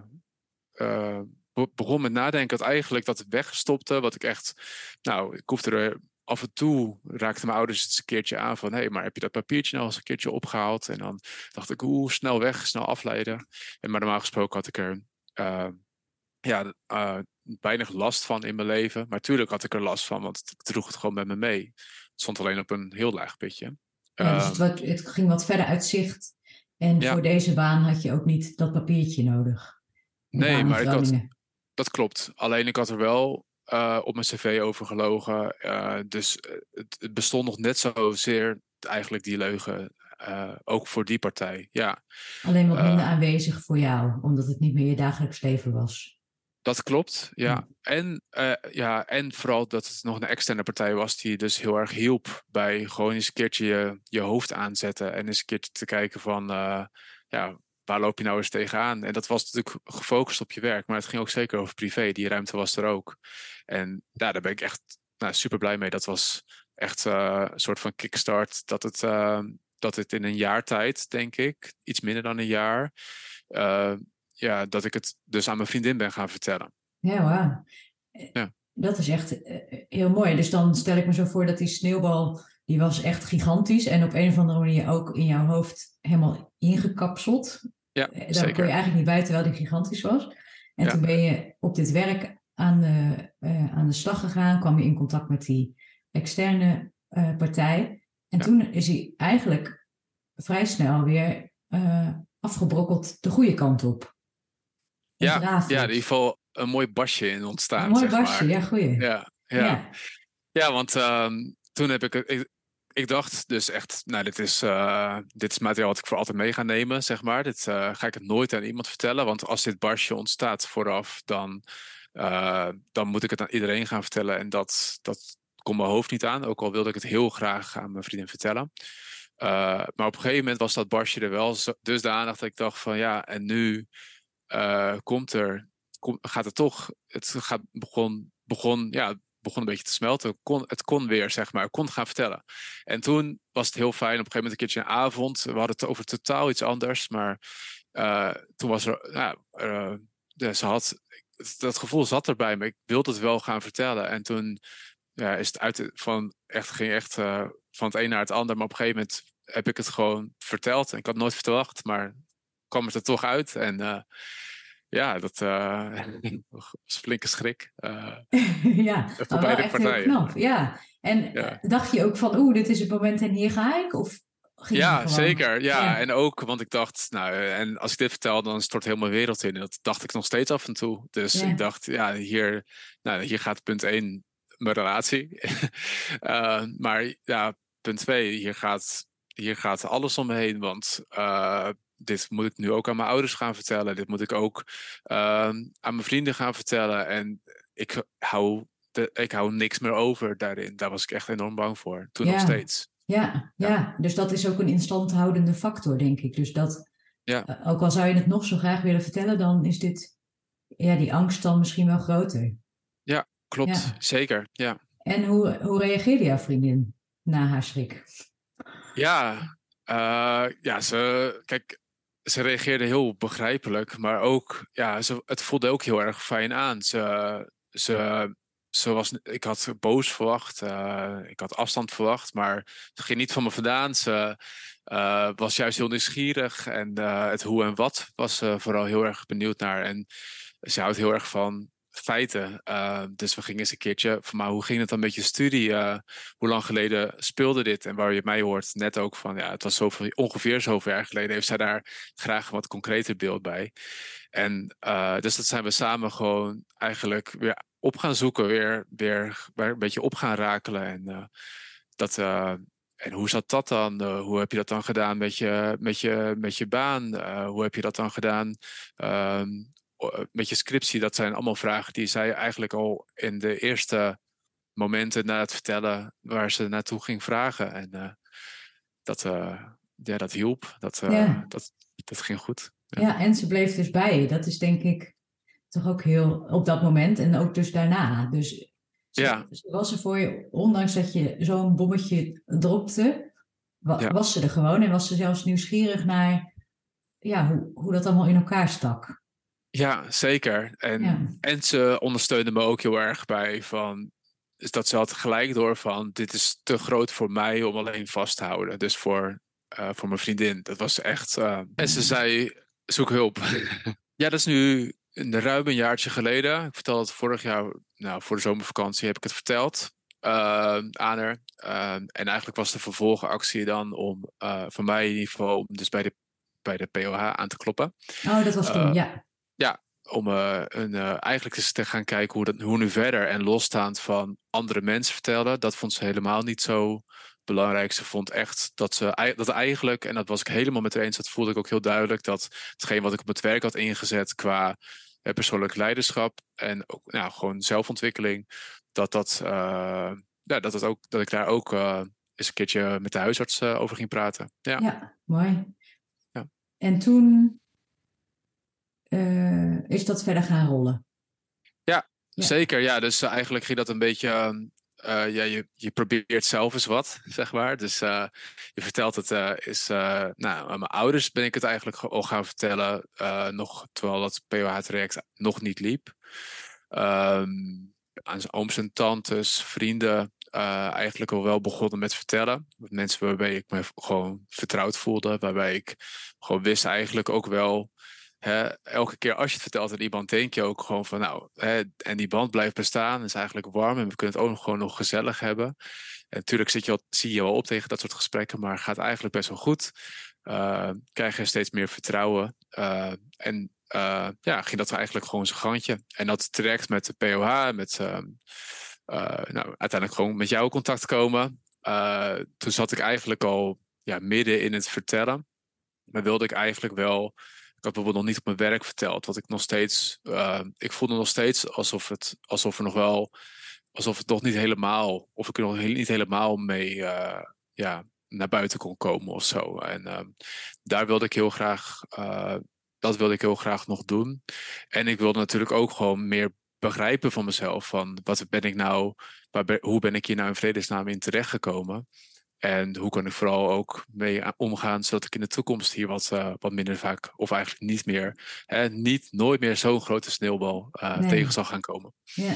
uh, begon met nadenken dat eigenlijk dat weggestopte, wat ik echt, nou, ik hoefde er af en toe, raakten mijn ouders het eens een keertje aan van, hé, hey, maar heb je dat papiertje nou eens een keertje opgehaald? En dan dacht ik, oeh, snel weg, snel afleiden. En maar normaal gesproken had ik er uh, ja, uh, weinig last van in mijn leven. Maar tuurlijk had ik er last van, want ik droeg het gewoon met me mee. Het stond alleen op een heel laag pitje. Ja, dus het, wat, het ging wat verder uit zicht. En ja. Voor deze baan had je ook niet dat papiertje nodig. Nee, maar ik had... Dat klopt. Alleen ik had er wel uh, op mijn cv over gelogen. Uh, dus het, het bestond nog net zozeer eigenlijk die leugen. Uh, ook voor die partij, ja. Alleen wat minder uh, aanwezig voor jou. Omdat het niet meer je dagelijks leven was. Dat klopt, ja. ja. En, uh, ja. En vooral dat het nog een externe partij was die dus heel erg hielp bij gewoon eens een keertje je, je hoofd aanzetten. En eens een keertje te kijken van... Uh, ja, waar loop je nou eens tegenaan? En dat was natuurlijk gefocust op je werk. Maar het ging ook zeker over privé. Die ruimte was er ook. En ja, daar ben ik echt nou, super blij mee. Dat was echt uh, een soort van kickstart. Dat het, uh, dat het in een jaar tijd, denk ik, iets minder dan een jaar... Uh, ja, dat ik het dus aan mijn vriendin ben gaan vertellen. Ja, wauw. Ja. Dat is echt uh, heel mooi. Dus dan stel ik me zo voor dat die sneeuwbal... die was echt gigantisch. En op een of andere manier ook in jouw hoofd helemaal ingekapseld. Ja, Daar zeker. kon je eigenlijk niet bij terwijl die gigantisch was. En ja. Toen ben je op dit werk aan de, uh, aan de slag gegaan. Kwam je in contact met die externe uh, partij. En ja. Toen is hij eigenlijk vrij snel weer uh, afgebrokkeld de goede kant op. Ja, ja, in ieder geval een mooi basje in ontstaan. Een mooi zeg basje, maar. ja, goeie. Ja, ja. ja. ja want um, toen heb ik... ik Ik dacht dus echt, nou, dit is, uh, dit is materiaal wat ik voor altijd mee ga nemen, zeg maar. Dit uh, ga ik het nooit aan iemand vertellen. Want als dit barsje ontstaat vooraf, dan, uh, dan moet ik het aan iedereen gaan vertellen. En dat, dat kon mijn hoofd niet aan. Ook al wilde ik het heel graag aan mijn vriendin vertellen. Uh, maar op een gegeven moment was dat barsje er wel dusdanig dat ik dacht van ja, en nu uh, komt er, kom, gaat het toch, het gaat, begon, begon, ja... begon een beetje te smelten. Het kon, het kon weer, zeg maar. Ik kon het gaan vertellen. En toen was het heel fijn. Op een gegeven moment een keertje een avond. We hadden het over totaal iets anders. Maar uh, toen was er... Nou, uh, ja, ze had... Dat gevoel zat erbij. Maar ik wilde het wel gaan vertellen. En toen ja, is het uit... Van, echt, ging echt uh, van het een naar het ander. Maar op een gegeven moment heb ik het gewoon verteld. En ik had het nooit verwacht. Maar kwam het er toch uit. En... Uh, Ja, dat uh, was een flinke schrik. Uh, ja, voor beide echt partijen. Heel knap. Ja. En ja. Dacht je ook van, oeh, dit is het moment en hier ga ik? Of ging ja, zeker. Ja. ja, en ook, want ik dacht, nou, en als ik dit vertel, dan stort heel mijn wereld in. En dat dacht ik nog steeds af en toe. Dus ja. ik dacht, ja, hier, nou, hier gaat punt één, mijn relatie. uh, maar ja, punt twee, hier gaat, hier gaat alles omheen. Want... Uh, dit moet ik nu ook aan mijn ouders gaan vertellen. Dit moet ik ook uh, aan mijn vrienden gaan vertellen. En ik hou, de, ik hou niks meer over daarin. Daar was ik echt enorm bang voor. Toen ja. nog steeds. Ja, ja. ja, dus dat is ook een instandhoudende factor, denk ik. Dus dat, ja. uh, ook al zou je het nog zo graag willen vertellen, dan is dit, ja, die angst dan misschien wel groter. Ja, klopt. Ja. Zeker, ja. En hoe, hoe reageerde jouw vriendin na haar schrik? Ja, uh, ja, ze... Kijk... Ze reageerde heel begrijpelijk, maar ook, ja, ze, het voelde ook heel erg fijn aan. Ze, ze, ze was, ik had boos verwacht, uh, ik had afstand verwacht, maar ze ging niet van me vandaan. Ze uh, was juist heel nieuwsgierig en uh, het hoe en wat was ze vooral heel erg benieuwd naar. En ze houdt heel erg van feiten. Uh, dus we gingen eens een keertje van, maar hoe ging het dan met je studie? Uh, hoe lang geleden speelde dit? En waar je mij hoort net ook van, ja, het was zoveel, ongeveer zoveel jaar geleden. Heeft zij daar graag een wat concreter beeld bij? En uh, dus dat zijn we samen gewoon eigenlijk weer op gaan zoeken, weer, weer, weer een beetje op gaan rakelen. En uh, dat... Uh, En hoe zat dat dan? Uh, hoe heb je dat dan gedaan met je, met je, met je baan? Uh, hoe heb je dat dan gedaan uh, met je scriptie? Dat zijn allemaal vragen die zij eigenlijk al in de eerste momenten na het vertellen waar ze naartoe ging vragen. En uh, dat, uh, ja, dat hielp. Dat, uh, ja. dat, dat ging goed. Ja. ja, en ze bleef dus bij je. Dat is denk ik toch ook heel op dat moment en ook dus daarna. Dus ja. Ze was er voor je, ondanks dat je zo'n bommetje dropte, wa- Ja. was ze er gewoon en was ze zelfs nieuwsgierig naar ja, hoe, hoe dat allemaal in elkaar stak. Ja, zeker. En, ja. en ze ondersteunde me ook heel erg bij van, dus dat ze had gelijk door van, dit is te groot voor mij om alleen vast te houden. Dus voor, uh, voor mijn vriendin. Dat was echt... Uh... En ze zei, zoek hulp. Ja, dat is nu een ruim een jaartje geleden. Ik vertelde het vorig jaar, nou, voor de zomervakantie heb ik het verteld uh, aan haar. Uh, en eigenlijk was de vervolgactie dan om, uh, voor mij in ieder geval, om dus bij de, bij de P O H aan te kloppen. Oh, dat was toen, uh, ja. Ja, om uh, een, uh, eigenlijk eens te gaan kijken hoe, dat, hoe nu verder. En losstaand van andere mensen vertellen, dat vond ze helemaal niet zo belangrijk. Ze vond echt dat ze dat eigenlijk, en dat was ik helemaal met haar eens, dat voelde ik ook heel duidelijk, dat hetgeen wat ik op het werk had ingezet qua eh, persoonlijk leiderschap en ook nou, gewoon zelfontwikkeling, dat, dat, uh, ja, dat, het ook, dat ik daar ook uh, eens een keertje met de huisarts uh, over ging praten. Ja, ja mooi. Ja. En toen uh, is dat verder gaan rollen? Ja, ja. Zeker. Ja, dus uh, eigenlijk ging dat een beetje... Uh, Uh, ja, je, je probeert zelf eens wat, zeg maar. Dus uh, je vertelt het uh, is... Uh, nou, aan mijn ouders ben ik het eigenlijk al gaan vertellen. Uh, nog, terwijl dat P O H-traject nog niet liep. Um, aan zijn ooms en tantes, vrienden... Uh, eigenlijk al wel begonnen met vertellen. Met mensen waarbij ik me gewoon vertrouwd voelde. Waarbij ik gewoon wist eigenlijk ook wel... He, elke keer als je het vertelt aan iemand, denk je ook gewoon van nou, he, en die band blijft bestaan, is eigenlijk warm en we kunnen het ook nog gewoon nog gezellig hebben. En natuurlijk zit je al, zie je wel op tegen dat soort gesprekken, maar het gaat eigenlijk best wel goed. Uh, krijg je steeds meer vertrouwen. Uh, en uh, ja, ging dat eigenlijk gewoon zijn gangetje. En dat traject met de P O H, met uh, uh, nou, uiteindelijk gewoon met jou in contact komen. Uh, toen zat ik eigenlijk al ja, midden in het vertellen. Maar wilde ik eigenlijk wel... Ik had bijvoorbeeld nog niet op mijn werk verteld, wat ik nog steeds, uh, ik voelde nog steeds alsof het, alsof er nog wel, alsof het nog niet helemaal, of ik er nog he- niet helemaal mee, uh, ja, naar buiten kon komen of zo. En uh, daar wilde ik heel graag, uh, dat wilde ik heel graag nog doen. En ik wilde natuurlijk ook gewoon meer begrijpen van mezelf, van wat ben ik nou, waar ben, hoe ben ik hier nou in vredesnaam in terechtgekomen? En hoe kan ik vooral ook mee omgaan, zodat ik in de toekomst hier wat, uh, wat minder vaak, of eigenlijk niet meer, hè, niet nooit meer zo'n grote sneeuwbal uh, nee. tegen zal gaan komen. Ja.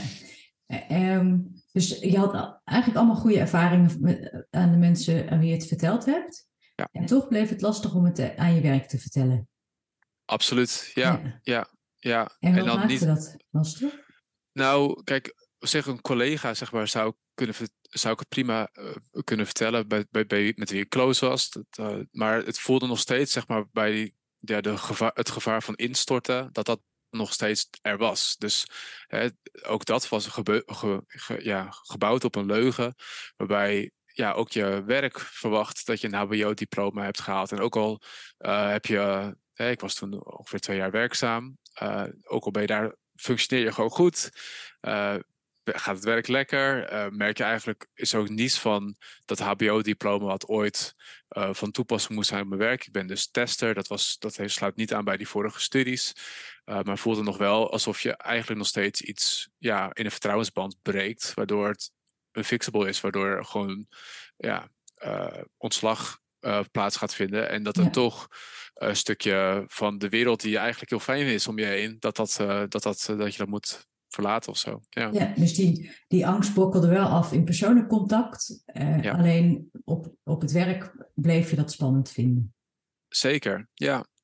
Um, dus je had eigenlijk allemaal goede ervaringen met, aan de mensen aan wie je het verteld hebt. Ja. En toch bleef het lastig om het aan je werk te vertellen. Absoluut, ja. ja. ja, ja. En wat en dan maakte niet... dat lastig? Nou, kijk, zeg een collega, zeg maar, zou kunnen zou ik het prima uh, kunnen vertellen bij, bij, bij, met wie ik close was. Dat, uh, maar het voelde nog steeds, zeg maar, bij die, ja, de gevaar, het gevaar van instorten, dat dat nog steeds er was. Dus hè, ook dat was gebe, ge, ge, ja, gebouwd op een leugen, waarbij ja, ook je werk verwacht dat je een H B O-diploma hebt gehaald. En ook al uh, heb je, hè, ik was toen ongeveer twee jaar werkzaam, uh, ook al ben je daar, functioneer je gewoon goed. Uh, Gaat het werk lekker? Uh, merk je eigenlijk, is ook niets van dat H B O-diploma wat ooit uh, van toepassing moest zijn op mijn werk. Ik ben dus tester, dat, was, dat sluit niet aan bij die vorige studies. Uh, maar voelde nog wel alsof je eigenlijk nog steeds iets ja, in een vertrouwensband breekt, waardoor het unfixable is, waardoor er gewoon ja, uh, ontslag uh, plaats gaat vinden. En dat er ja. toch een stukje van de wereld die eigenlijk heel fijn is om je heen, dat, dat, uh, dat, dat, uh, dat je dat moet verlaten of zo. Ja, ja dus die, die angst brokkelde wel af in persoonlijk contact. Uh, ja. Alleen op, op het werk bleef je dat spannend vinden. Zeker, ja.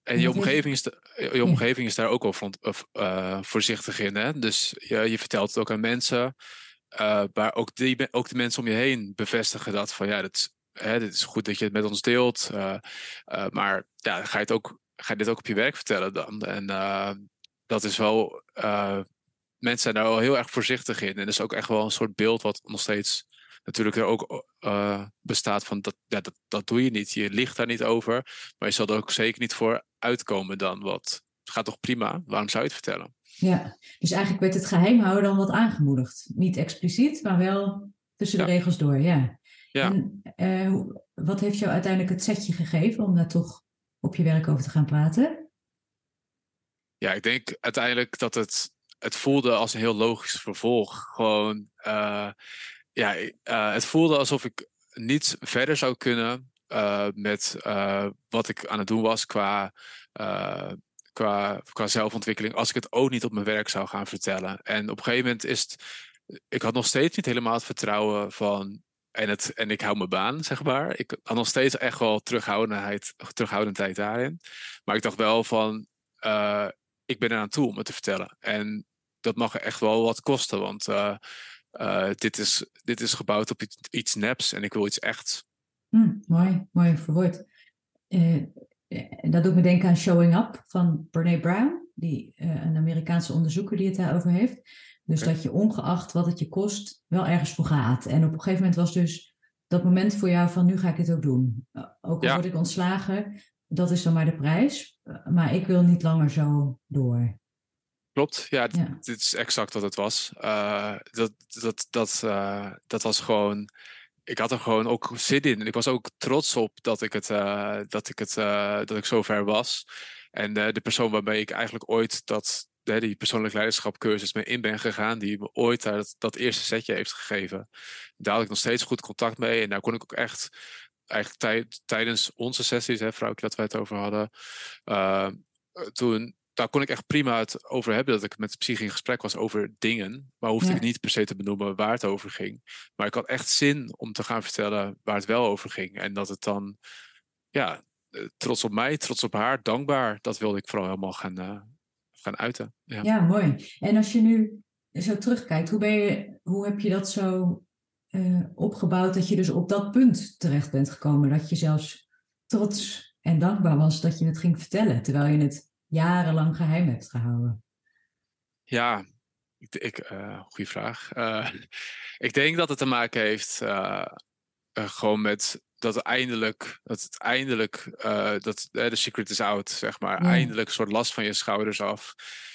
En je wat heeft- omgeving, is de- je Ja. omgeving is daar ook wel van, uh, voorzichtig in. Hè? Dus je, je vertelt het ook aan mensen. Uh, maar ook, die, ook de mensen om je heen bevestigen dat van ja, dit, hè, dit is goed dat je het met ons deelt. Uh, uh, maar ja, ga je, het ook, ga je dit ook op je werk vertellen dan? En uh, dat is wel... Uh, mensen zijn daar wel heel erg voorzichtig in. En dat is ook echt wel een soort beeld wat nog steeds natuurlijk er ook uh, bestaat van dat, ja, dat, dat doe je niet. Je ligt daar niet over. Maar je zal er ook zeker niet voor uitkomen dan. Wat het gaat toch prima? Waarom zou je het vertellen? Ja, dus eigenlijk werd het geheim houden dan wat aangemoedigd. Niet expliciet, maar wel tussen ja. de regels door, ja. ja. En uh, wat heeft jou uiteindelijk het setje gegeven om daar toch op je werk over te gaan praten? Ja, ik denk uiteindelijk dat het, het voelde als een heel logisch vervolg. Gewoon, uh, ja, uh, het voelde alsof ik niet verder zou kunnen uh, met uh, wat ik aan het doen was qua... Uh, Qua, qua zelfontwikkeling, als ik het ook niet op mijn werk zou gaan vertellen. En op een gegeven moment is het... Ik had nog steeds niet helemaal het vertrouwen van... En, het, en ik hou mijn baan, zeg maar. Ik had nog steeds echt wel terughoudendheid, terughoudendheid daarin. Maar ik dacht wel van... Uh, ik ben eraan toe om het te vertellen. En dat mag echt wel wat kosten. Want uh, uh, dit, is, dit is gebouwd op iets, iets neps. En ik wil iets echts. Hm, mooi, mooi verwoord. Uh, Dat doet me denken aan Showing Up van Brené Brown, die, uh, een Amerikaanse onderzoeker die het daarover heeft. Dus okay. Dat je ongeacht wat het je kost, wel ergens voor gaat. En op een gegeven moment was dus dat moment voor jou van nu ga ik dit ook doen. Uh, ook al ja. word ik ontslagen, dat is dan maar de prijs. Uh, maar ik wil niet langer zo door. Klopt, ja, d- ja. dit is exact wat het was. Uh, dat, dat, dat, uh, dat was gewoon... Ik had er gewoon ook zin in. En ik was ook trots op dat ik, het, uh, dat ik, het, uh, dat ik zo ver was. En uh, de persoon waarmee ik eigenlijk ooit dat, uh, die persoonlijk leiderschapcursus mee in ben gegaan, die me ooit uh, dat, dat eerste setje heeft gegeven. Daar had ik nog steeds goed contact mee. En daar kon ik ook echt, eigenlijk tij, tijdens onze sessies, hè, vrouwtje, dat wij het over hadden, uh, toen... Daar kon ik echt prima het over hebben, dat ik met de psyche in gesprek was over dingen. Maar hoefde ja. ik niet per se te benoemen waar het over ging. Maar ik had echt zin om te gaan vertellen waar het wel over ging. En dat het dan, ja, trots op mij, trots op haar, dankbaar. Dat wilde ik vooral helemaal gaan, uh, gaan uiten. Ja. ja, mooi. En als je nu zo terugkijkt, hoe, ben je, hoe heb je dat zo uh, opgebouwd dat je dus op dat punt terecht bent gekomen? Dat je zelfs trots en dankbaar was dat je het ging vertellen, terwijl je het jarenlang geheim hebt gehouden? Ja, ik, ik, uh, goede vraag. Uh, ik denk dat het te maken heeft uh, uh, gewoon met dat het eindelijk, dat het eindelijk, uh, dat uh, de secret is out, zeg maar. Ja. Eindelijk een soort last van je schouders af.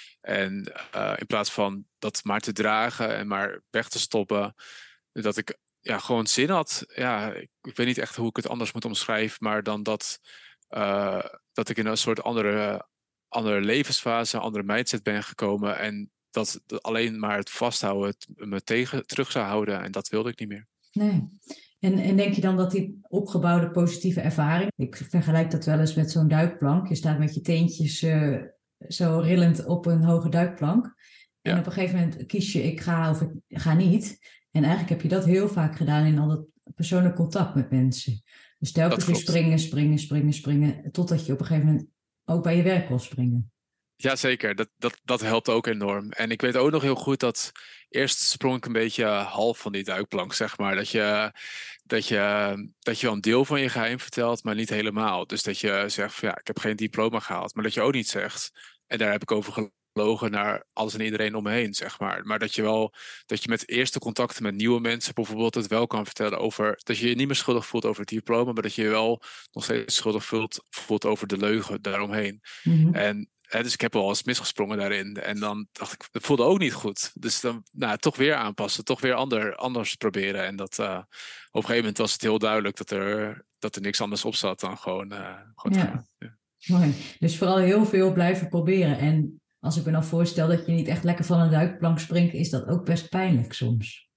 En uh, in plaats van dat maar te dragen en maar weg te stoppen, dat ik ja, gewoon zin had. Ja, ik, ik weet niet echt hoe ik het anders moet omschrijven, maar dan dat, uh, dat ik in een soort andere... andere levensfase, andere mindset ben gekomen. En dat, dat alleen maar het vasthouden het me tegen, terug zou houden. En dat wilde ik niet meer. Nee. En, en denk je dan dat die opgebouwde positieve ervaring... Ik vergelijk dat wel eens met zo'n duikplank. Je staat met je teentjes uh, zo rillend op een hoge duikplank. En ja. op een gegeven moment kies je ik ga of ik ga niet. En eigenlijk heb je dat heel vaak gedaan in al dat persoonlijk contact met mensen. Dus telkens weer springen, springen, springen, springen. Totdat je op een gegeven moment ook bij je werk wil springen. Jazeker, dat, dat, dat helpt ook enorm. En ik weet ook nog heel goed dat eerst sprong ik een beetje half van die duikplank, zeg maar. Dat je, dat je, dat je wel een deel van je geheim vertelt, maar niet helemaal. Dus dat je zegt van ja, ik heb geen diploma gehaald. Maar dat je ook niet zegt, en daar heb ik over gelogen naar alles en iedereen om me heen, zeg maar. Maar dat je wel, dat je met eerste contacten met nieuwe mensen bijvoorbeeld het wel kan vertellen over, dat je je niet meer schuldig voelt over het diploma, maar dat je je wel nog steeds schuldig voelt, voelt over de leugen daaromheen. Mm-hmm. En He, dus ik heb wel eens misgesprongen daarin. En dan dacht ik, dat voelde ook niet goed. Dus dan nou, toch weer aanpassen. Toch weer ander, anders proberen. En dat, uh, op een gegeven moment was het heel duidelijk dat er, dat er niks anders op zat dan gewoon, uh, gewoon ja. gaan. Ja. Mooi. Dus vooral heel veel blijven proberen. En als ik me dan voorstel dat je niet echt lekker van een duikplank springt, is dat ook best pijnlijk soms.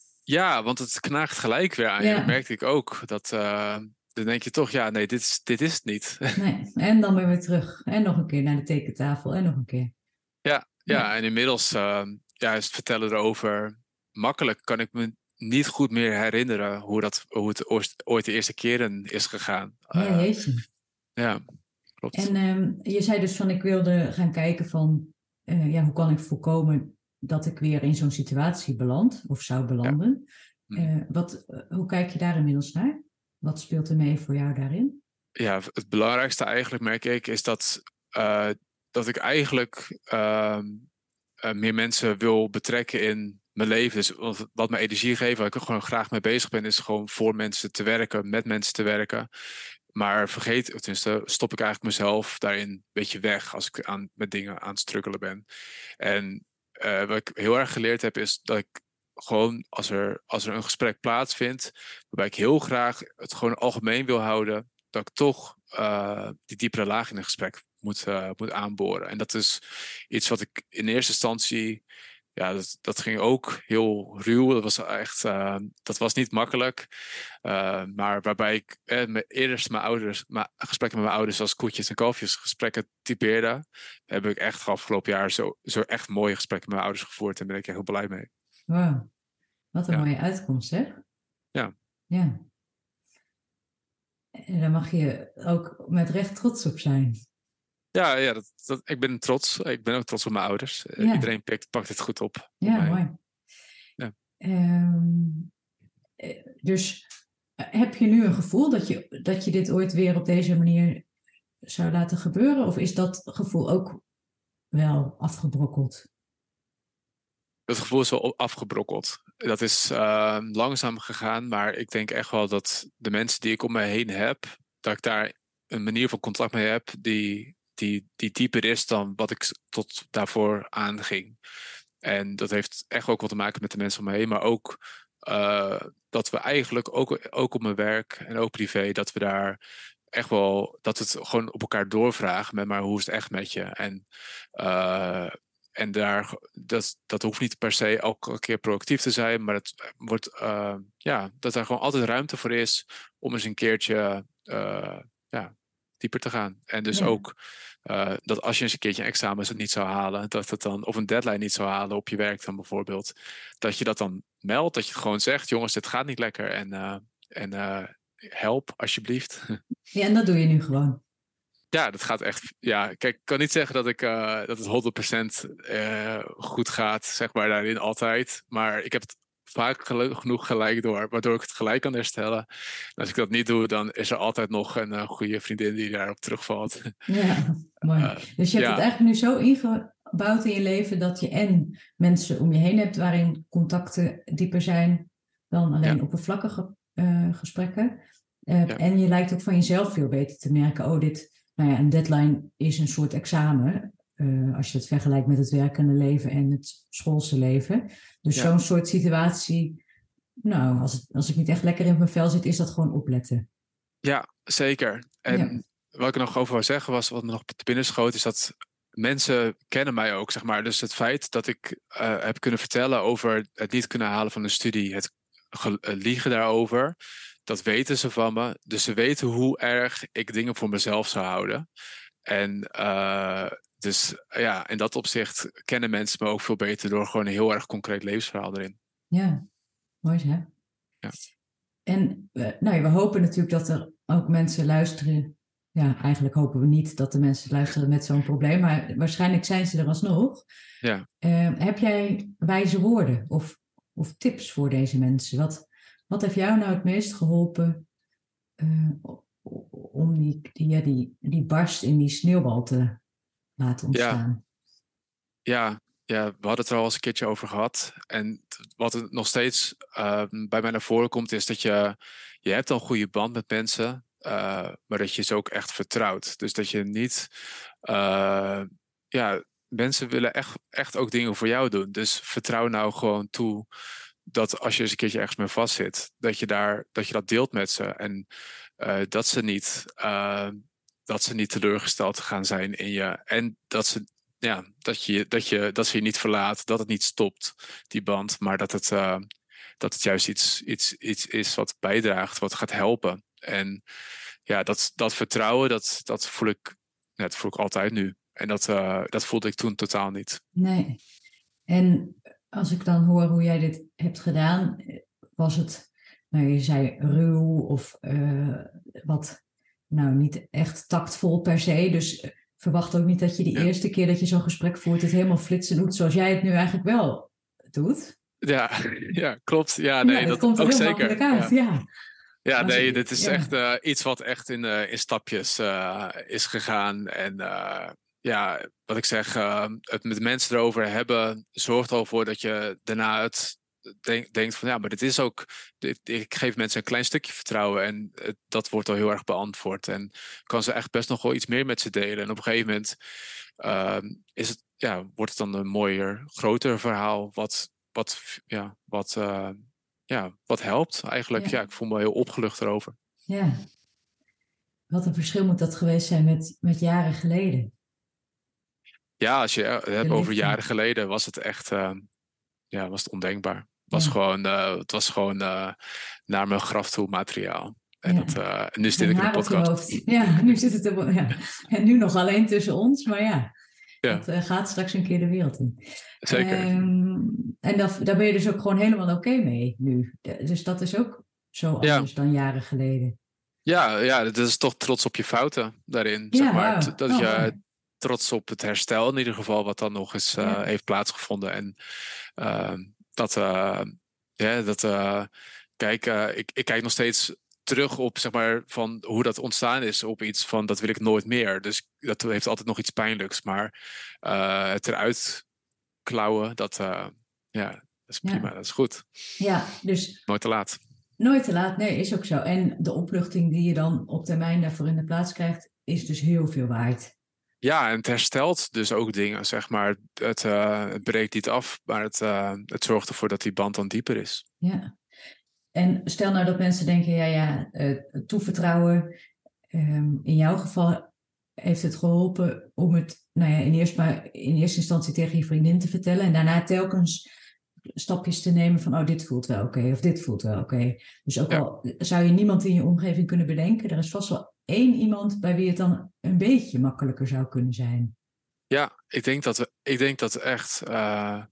Ja, want het knaagt gelijk weer aan je. Ja. Dat merkte ik ook. Dat... Uh, Dan denk je toch, ja, nee, dit is, dit is het niet. Nee, en dan weer weer terug. En nog een keer naar de tekentafel en nog een keer. Ja, ja, ja. En inmiddels, uh, ja, is het vertellen erover makkelijk. Kan ik me niet goed meer herinneren hoe, dat, hoe het ooit de eerste keren is gegaan. Ja, jeetje. Uh, ja. klopt. En um, je zei dus van ik wilde gaan kijken van uh, ja, hoe kan ik voorkomen dat ik weer in zo'n situatie beland of zou belanden. Ja. Uh, wat, uh, hoe kijk je daar inmiddels naar? Wat speelt er mee voor jou daarin? Ja, het belangrijkste eigenlijk merk ik is dat, uh, dat ik eigenlijk uh, uh, meer mensen wil betrekken in mijn leven. Dus wat me energie geeft, waar ik er gewoon graag mee bezig ben, is gewoon voor mensen te werken, met mensen te werken. Maar vergeet, of tenminste stop ik eigenlijk mezelf daarin een beetje weg als ik aan, met dingen aan het struggelen ben. En uh, wat ik heel erg geleerd heb, is dat ik gewoon als er, als er een gesprek plaatsvindt, waarbij ik heel graag het gewoon algemeen wil houden, dat ik toch uh, die diepere laag in een gesprek moet, uh, moet aanboren. En dat is iets wat ik in eerste instantie, ja, dat, dat ging ook heel ruw. Dat was echt, uh, dat was niet makkelijk. Uh, maar waarbij ik eh, mijn, eerst mijn ouders, mijn gesprekken met mijn ouders als koetjes en kalfjes gesprekken typeerde, heb ik echt afgelopen jaar zo, zo echt mooie gesprekken met mijn ouders gevoerd en ben ik er heel blij mee. Wow, wat een ja. mooie uitkomst, hè? Ja. Ja. En daar mag je ook met recht trots op zijn. Ja, ja dat, dat, ik ben trots. Ik ben ook trots op mijn ouders. Ja. Iedereen pakt, pakt het goed op. Ja, mij. mooi. Ja. Um, dus heb je nu een gevoel dat je, dat je dit ooit weer op deze manier zou laten gebeuren? Of is dat gevoel ook wel afgebrokkeld? Dat gevoel is wel afgebrokkeld. Dat is uh, langzaam gegaan, maar ik denk echt wel dat de mensen die ik om me heen heb, dat ik daar een manier van contact mee heb die, die, die dieper is dan wat ik tot daarvoor aanging. En dat heeft echt ook wat te maken met de mensen om me heen, maar ook uh, dat we eigenlijk ook, ook op mijn werk en ook privé, dat we daar echt wel, dat we het gewoon op elkaar doorvragen met maar hoe is het echt met je? En uh, En daar, dat, dat hoeft niet per se elke keer proactief te zijn, maar het wordt, uh, ja, dat er gewoon altijd ruimte voor is om eens een keertje uh, ja, dieper te gaan. En dus ja. ook uh, dat als je eens een keertje een examen het niet zou halen, dat het dan, of een deadline niet zou halen op je werk dan bijvoorbeeld, dat je dat dan meldt, dat je het gewoon zegt, jongens, dit gaat niet lekker en, uh, en uh, help alsjeblieft. Ja, en dat doe je nu gewoon. Ja, dat gaat echt. Ja, kijk, ik kan niet zeggen dat, ik, uh, dat het honderd procent uh, goed gaat, zeg maar, daarin altijd. Maar ik heb het vaak gel- genoeg gelijk door, waardoor ik het gelijk kan herstellen. En als ik dat niet doe, dan is er altijd nog een uh, goede vriendin die daarop terugvalt. Ja, mooi. Uh, dus je hebt ja. het eigenlijk nu zo ingebouwd in je leven dat je en mensen om je heen hebt waarin contacten dieper zijn dan alleen ja. oppervlakkige uh, gesprekken. Uh, ja. En je lijkt ook van jezelf veel beter te merken, oh, dit. Nou ja, een deadline is een soort examen. Uh, als je het vergelijkt met het werkende leven en het schoolse leven. Dus ja. zo'n soort situatie, nou, als, het, als ik niet echt lekker in mijn vel zit, is dat gewoon opletten. Ja, zeker. En ja. wat ik er nog over wou zeggen was, wat me nog te binnen schoot, is dat mensen kennen mij ook, zeg maar. Dus het feit dat ik uh, heb kunnen vertellen over het niet kunnen halen van een studie, het ge- liegen daarover, dat weten ze van me. Dus ze weten hoe erg ik dingen voor mezelf zou houden. En uh, dus ja, in dat opzicht kennen mensen me ook veel beter door gewoon een heel erg concreet levensverhaal erin. Ja, mooi hè? Ja. En uh, nou ja, we hopen natuurlijk dat er ook mensen luisteren. Ja, eigenlijk hopen we niet dat de mensen luisteren met zo'n probleem, maar waarschijnlijk zijn ze er alsnog. Ja. Uh, heb jij wijze woorden of, of tips voor deze mensen? Wat, wat heeft jou nou het meest geholpen uh, om die, die, ja, die, die barst in die sneeuwbal te laten ontstaan? Ja, ja, ja, we hadden het er al eens een keertje over gehad. En wat er nog steeds uh, bij mij naar voren komt, is dat je, je hebt al een goede band met mensen, uh, maar dat je ze ook echt vertrouwt. Dus dat je niet, uh, ja, mensen willen echt, echt ook dingen voor jou doen. Dus vertrouw nou gewoon toe dat als je eens een keertje ergens mee vastzit, dat je, daar, dat, je dat deelt met ze. En uh, dat, ze niet, uh, dat ze niet teleurgesteld gaan zijn in je. En dat ze, ja, dat, je, dat, je, dat ze je niet verlaat, dat het niet stopt, die band. Maar dat het, uh, dat het juist iets, iets, iets is wat bijdraagt, wat gaat helpen. En ja, dat, dat vertrouwen, dat, dat, voel ik, ja, dat voel ik altijd nu. En dat, uh, dat voelde ik toen totaal niet. Nee. En als ik dan hoor hoe jij dit hebt gedaan, was het, nou je zei ruw of uh, wat, nou, niet echt tactvol per se. Dus verwacht ook niet dat je die Ja. eerste keer dat je zo'n gesprek voert... het helemaal flitsen doet zoals jij het nu eigenlijk wel doet. Ja, ja klopt. Ja, nee, ja, dat, dat komt er ook heel zeker. makkelijk uit, ja. ja. Ja, Maar nee, ze- dit is ja. echt uh, iets wat echt in, uh, in stapjes uh, is gegaan. En uh, ja, wat ik zeg, uh, het met mensen erover hebben zorgt al voor dat je daarna het denk, denkt van ja, maar dit is ook, dit, ik geef mensen een klein stukje vertrouwen en het, dat wordt al heel erg beantwoord. En kan ze echt best nog wel iets meer met ze delen. En op een gegeven moment uh, is het, ja, wordt het dan een mooier, groter verhaal wat, wat, ja, wat... Uh, Ja, wat helpt eigenlijk. Ja. ja, ik voel me heel opgelucht erover. Ja. Wat een verschil moet dat geweest zijn met, met jaren geleden. Ja, als je het hebt over jaren geleden was het echt uh, ja, was het ondenkbaar. Was ja. gewoon, uh, het was gewoon uh, naar mijn graf toe materiaal. En, ja. dat, uh, en nu zit ik in een podcast. Ja, nu zit het er, ja. En nu nog alleen tussen ons, maar ja. Ja. Dat uh, gaat straks een keer de wereld in. Zeker. Um, en dat, daar ben je dus ook gewoon helemaal oké okay mee nu. Dus dat is ook zo anders ja. dan jaren geleden. Ja, ja, dat is toch trots op je fouten daarin. Ja, zeg maar. Wow. Dat oh, je wow. trots op het herstel in ieder geval, wat dan nog eens uh, ja. heeft plaatsgevonden. En uh, dat, uh, ja, dat uh, kijk, uh, ik, ik kijk nog steeds terug op, zeg maar, van hoe dat ontstaan is op iets van, dat wil ik nooit meer. Dus dat heeft altijd nog iets pijnlijks. Maar uh, het eruit klauwen, dat, uh, ja, dat is prima, ja. dat is goed. Ja, dus... Nooit te laat. Nooit te laat, nee, is ook zo. En de opluchting die je dan op termijn daarvoor in de plaats krijgt, is dus heel veel waard. Ja, en het herstelt dus ook dingen, zeg maar. Het, uh, het breekt niet af, maar het, uh, het zorgt ervoor dat die band dan dieper is. Ja. En stel nou dat mensen denken, ja, ja, uh, toevertrouwen. Um, in jouw geval heeft het geholpen om het, nou ja, in eerste, maar in eerste instantie tegen je vriendin te vertellen. En daarna telkens stapjes te nemen van, oh, dit voelt wel oké, okay, of dit voelt wel oké. Okay. Dus ook ja. al zou je niemand in je omgeving kunnen bedenken, er is vast wel één iemand bij wie het dan een beetje makkelijker zou kunnen zijn. Ja, ik denk dat, we, ik denk dat echt... Uh...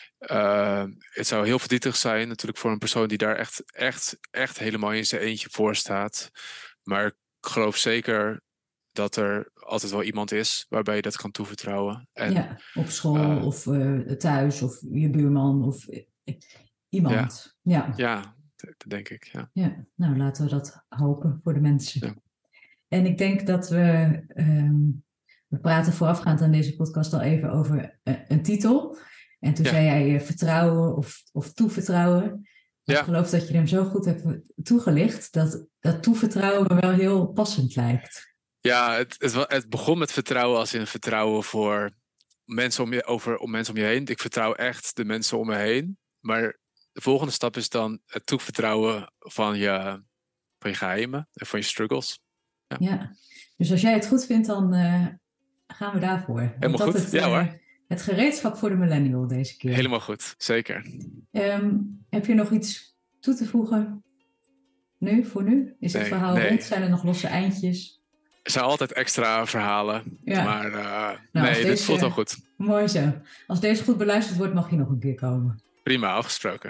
Uh, het zou heel verdrietig zijn natuurlijk voor een persoon die daar echt, echt, echt helemaal in zijn eentje voor staat. Maar ik geloof zeker dat er altijd wel iemand is waarbij je dat kan toevertrouwen. En, ja, op school uh, of uh, thuis of je buurman of uh, iemand. Ja, ja. ja, dat denk ik. Ja. Ja, nou laten we dat hopen voor de mensen. Ja. En ik denk dat we... Um, we praten voorafgaand aan deze podcast al even over uh, een titel... En toen ja. zei jij uh, vertrouwen of, of toevertrouwen. Ja. Ik geloof dat je hem zo goed hebt toegelicht... dat, dat toevertrouwen me wel heel passend lijkt. Ja, het, het, het begon met vertrouwen als in vertrouwen voor mensen om je, over, om mensen om je heen. Ik vertrouw echt de mensen om me heen. Maar de volgende stap is dan het toevertrouwen van je, van je geheimen en van je struggles. Ja, ja. Dus als jij het goed vindt, dan uh, gaan we daarvoor. Helemaal goed, het, ja uh, hoor. Het gereedschap voor de millennial deze keer. Helemaal goed, zeker. Um, heb je nog iets toe te voegen? Nu, voor nu? Is het nee, verhaal nee. rond? Zijn er nog losse eindjes? Er zijn altijd extra verhalen. Ja. Maar uh, nou, nee, dit deze, voelt wel goed. Mooi zo. Als deze goed beluisterd wordt, mag je nog een keer komen. Prima, afgesproken.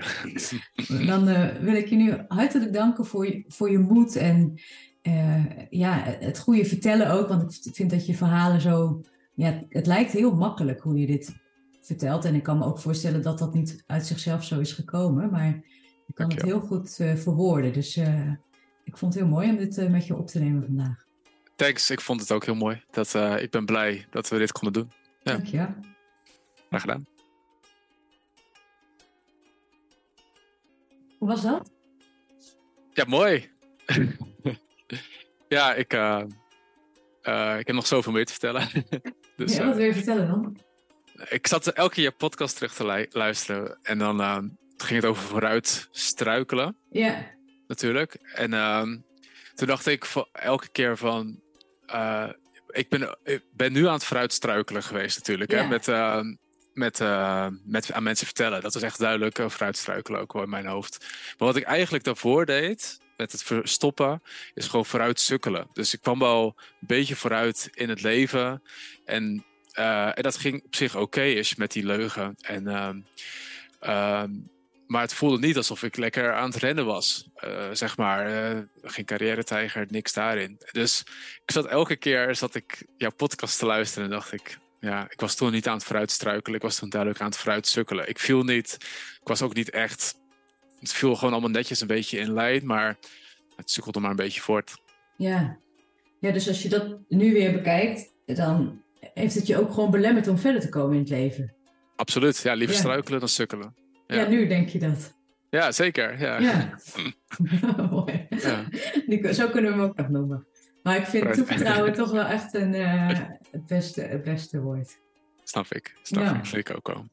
Dan uh, wil ik je nu hartelijk danken voor je, voor je moed. En uh, ja, het goede vertellen ook. Want ik vind dat je verhalen zo... Ja, het lijkt heel makkelijk hoe je dit vertelt. En ik kan me ook voorstellen dat dat niet uit zichzelf zo is gekomen. Maar je kan het heel goed uh, verwoorden. Dus uh, ik vond het heel mooi om dit uh, met je op te nemen vandaag. Thanks, ik vond het ook heel mooi. Dat, uh, ik ben blij dat we dit konden doen. Ja. Dank je. Graag gedaan. Hoe was dat? Ja, mooi. ja, ik, uh, uh, ik heb nog zoveel meer te vertellen. Dus, ja, wat wil je vertellen dan? Ik zat elke keer je podcast terug te lu- luisteren. En dan uh, ging het over vooruit struikelen. Ja. Natuurlijk. En uh, toen dacht ik van, elke keer van... Uh, ik, ben, ik ben nu aan het vooruit struikelen geweest natuurlijk. Ja. Hè? Met, uh, met, uh, met aan mensen vertellen. Dat was echt duidelijk uh, vooruit struikelen ook wel in mijn hoofd. Maar wat ik eigenlijk daarvoor deed... met het verstoppen, is gewoon vooruit sukkelen. Dus ik kwam wel een beetje vooruit in het leven. En, uh, en dat ging op zich oké is met die leugen. En, uh, uh, maar het voelde niet alsof ik lekker aan het rennen was. Uh, zeg maar, uh, geen carrière-tijger, niks daarin. Dus ik zat elke keer zat ik jouw podcast te luisteren en dacht ik... Ja, ik was toen niet aan het vooruitstruikelen. Ik was toen duidelijk aan het vooruitsukkelen. Ik viel niet. Ik was ook niet echt... Het viel gewoon allemaal netjes een beetje in lijn, maar het sukkelde maar een beetje voort. Ja. Ja, dus als je dat nu weer bekijkt, dan heeft het je ook gewoon belemmerd om verder te komen in het leven. Absoluut. Ja, liever ja. struikelen dan sukkelen. Ja. ja, nu denk je dat. Ja, zeker. Ja. Ja. Mooi. Ja. Die, zo kunnen we hem ook nog noemen. Maar ik vind toevertrouwen toch wel echt een, uh, het, beste, het beste woord. Snap ik. Snap ja. ik. Vind ik ook wel.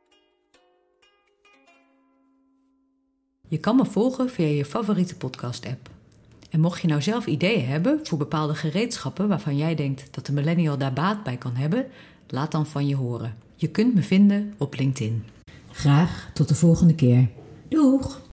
Je kan me volgen via je favoriete podcast-app. En mocht je nou zelf ideeën hebben voor bepaalde gereedschappen waarvan jij denkt dat de millennial daar baat bij kan hebben, laat dan van je horen. Je kunt me vinden op LinkedIn. Graag tot de volgende keer. Doeg!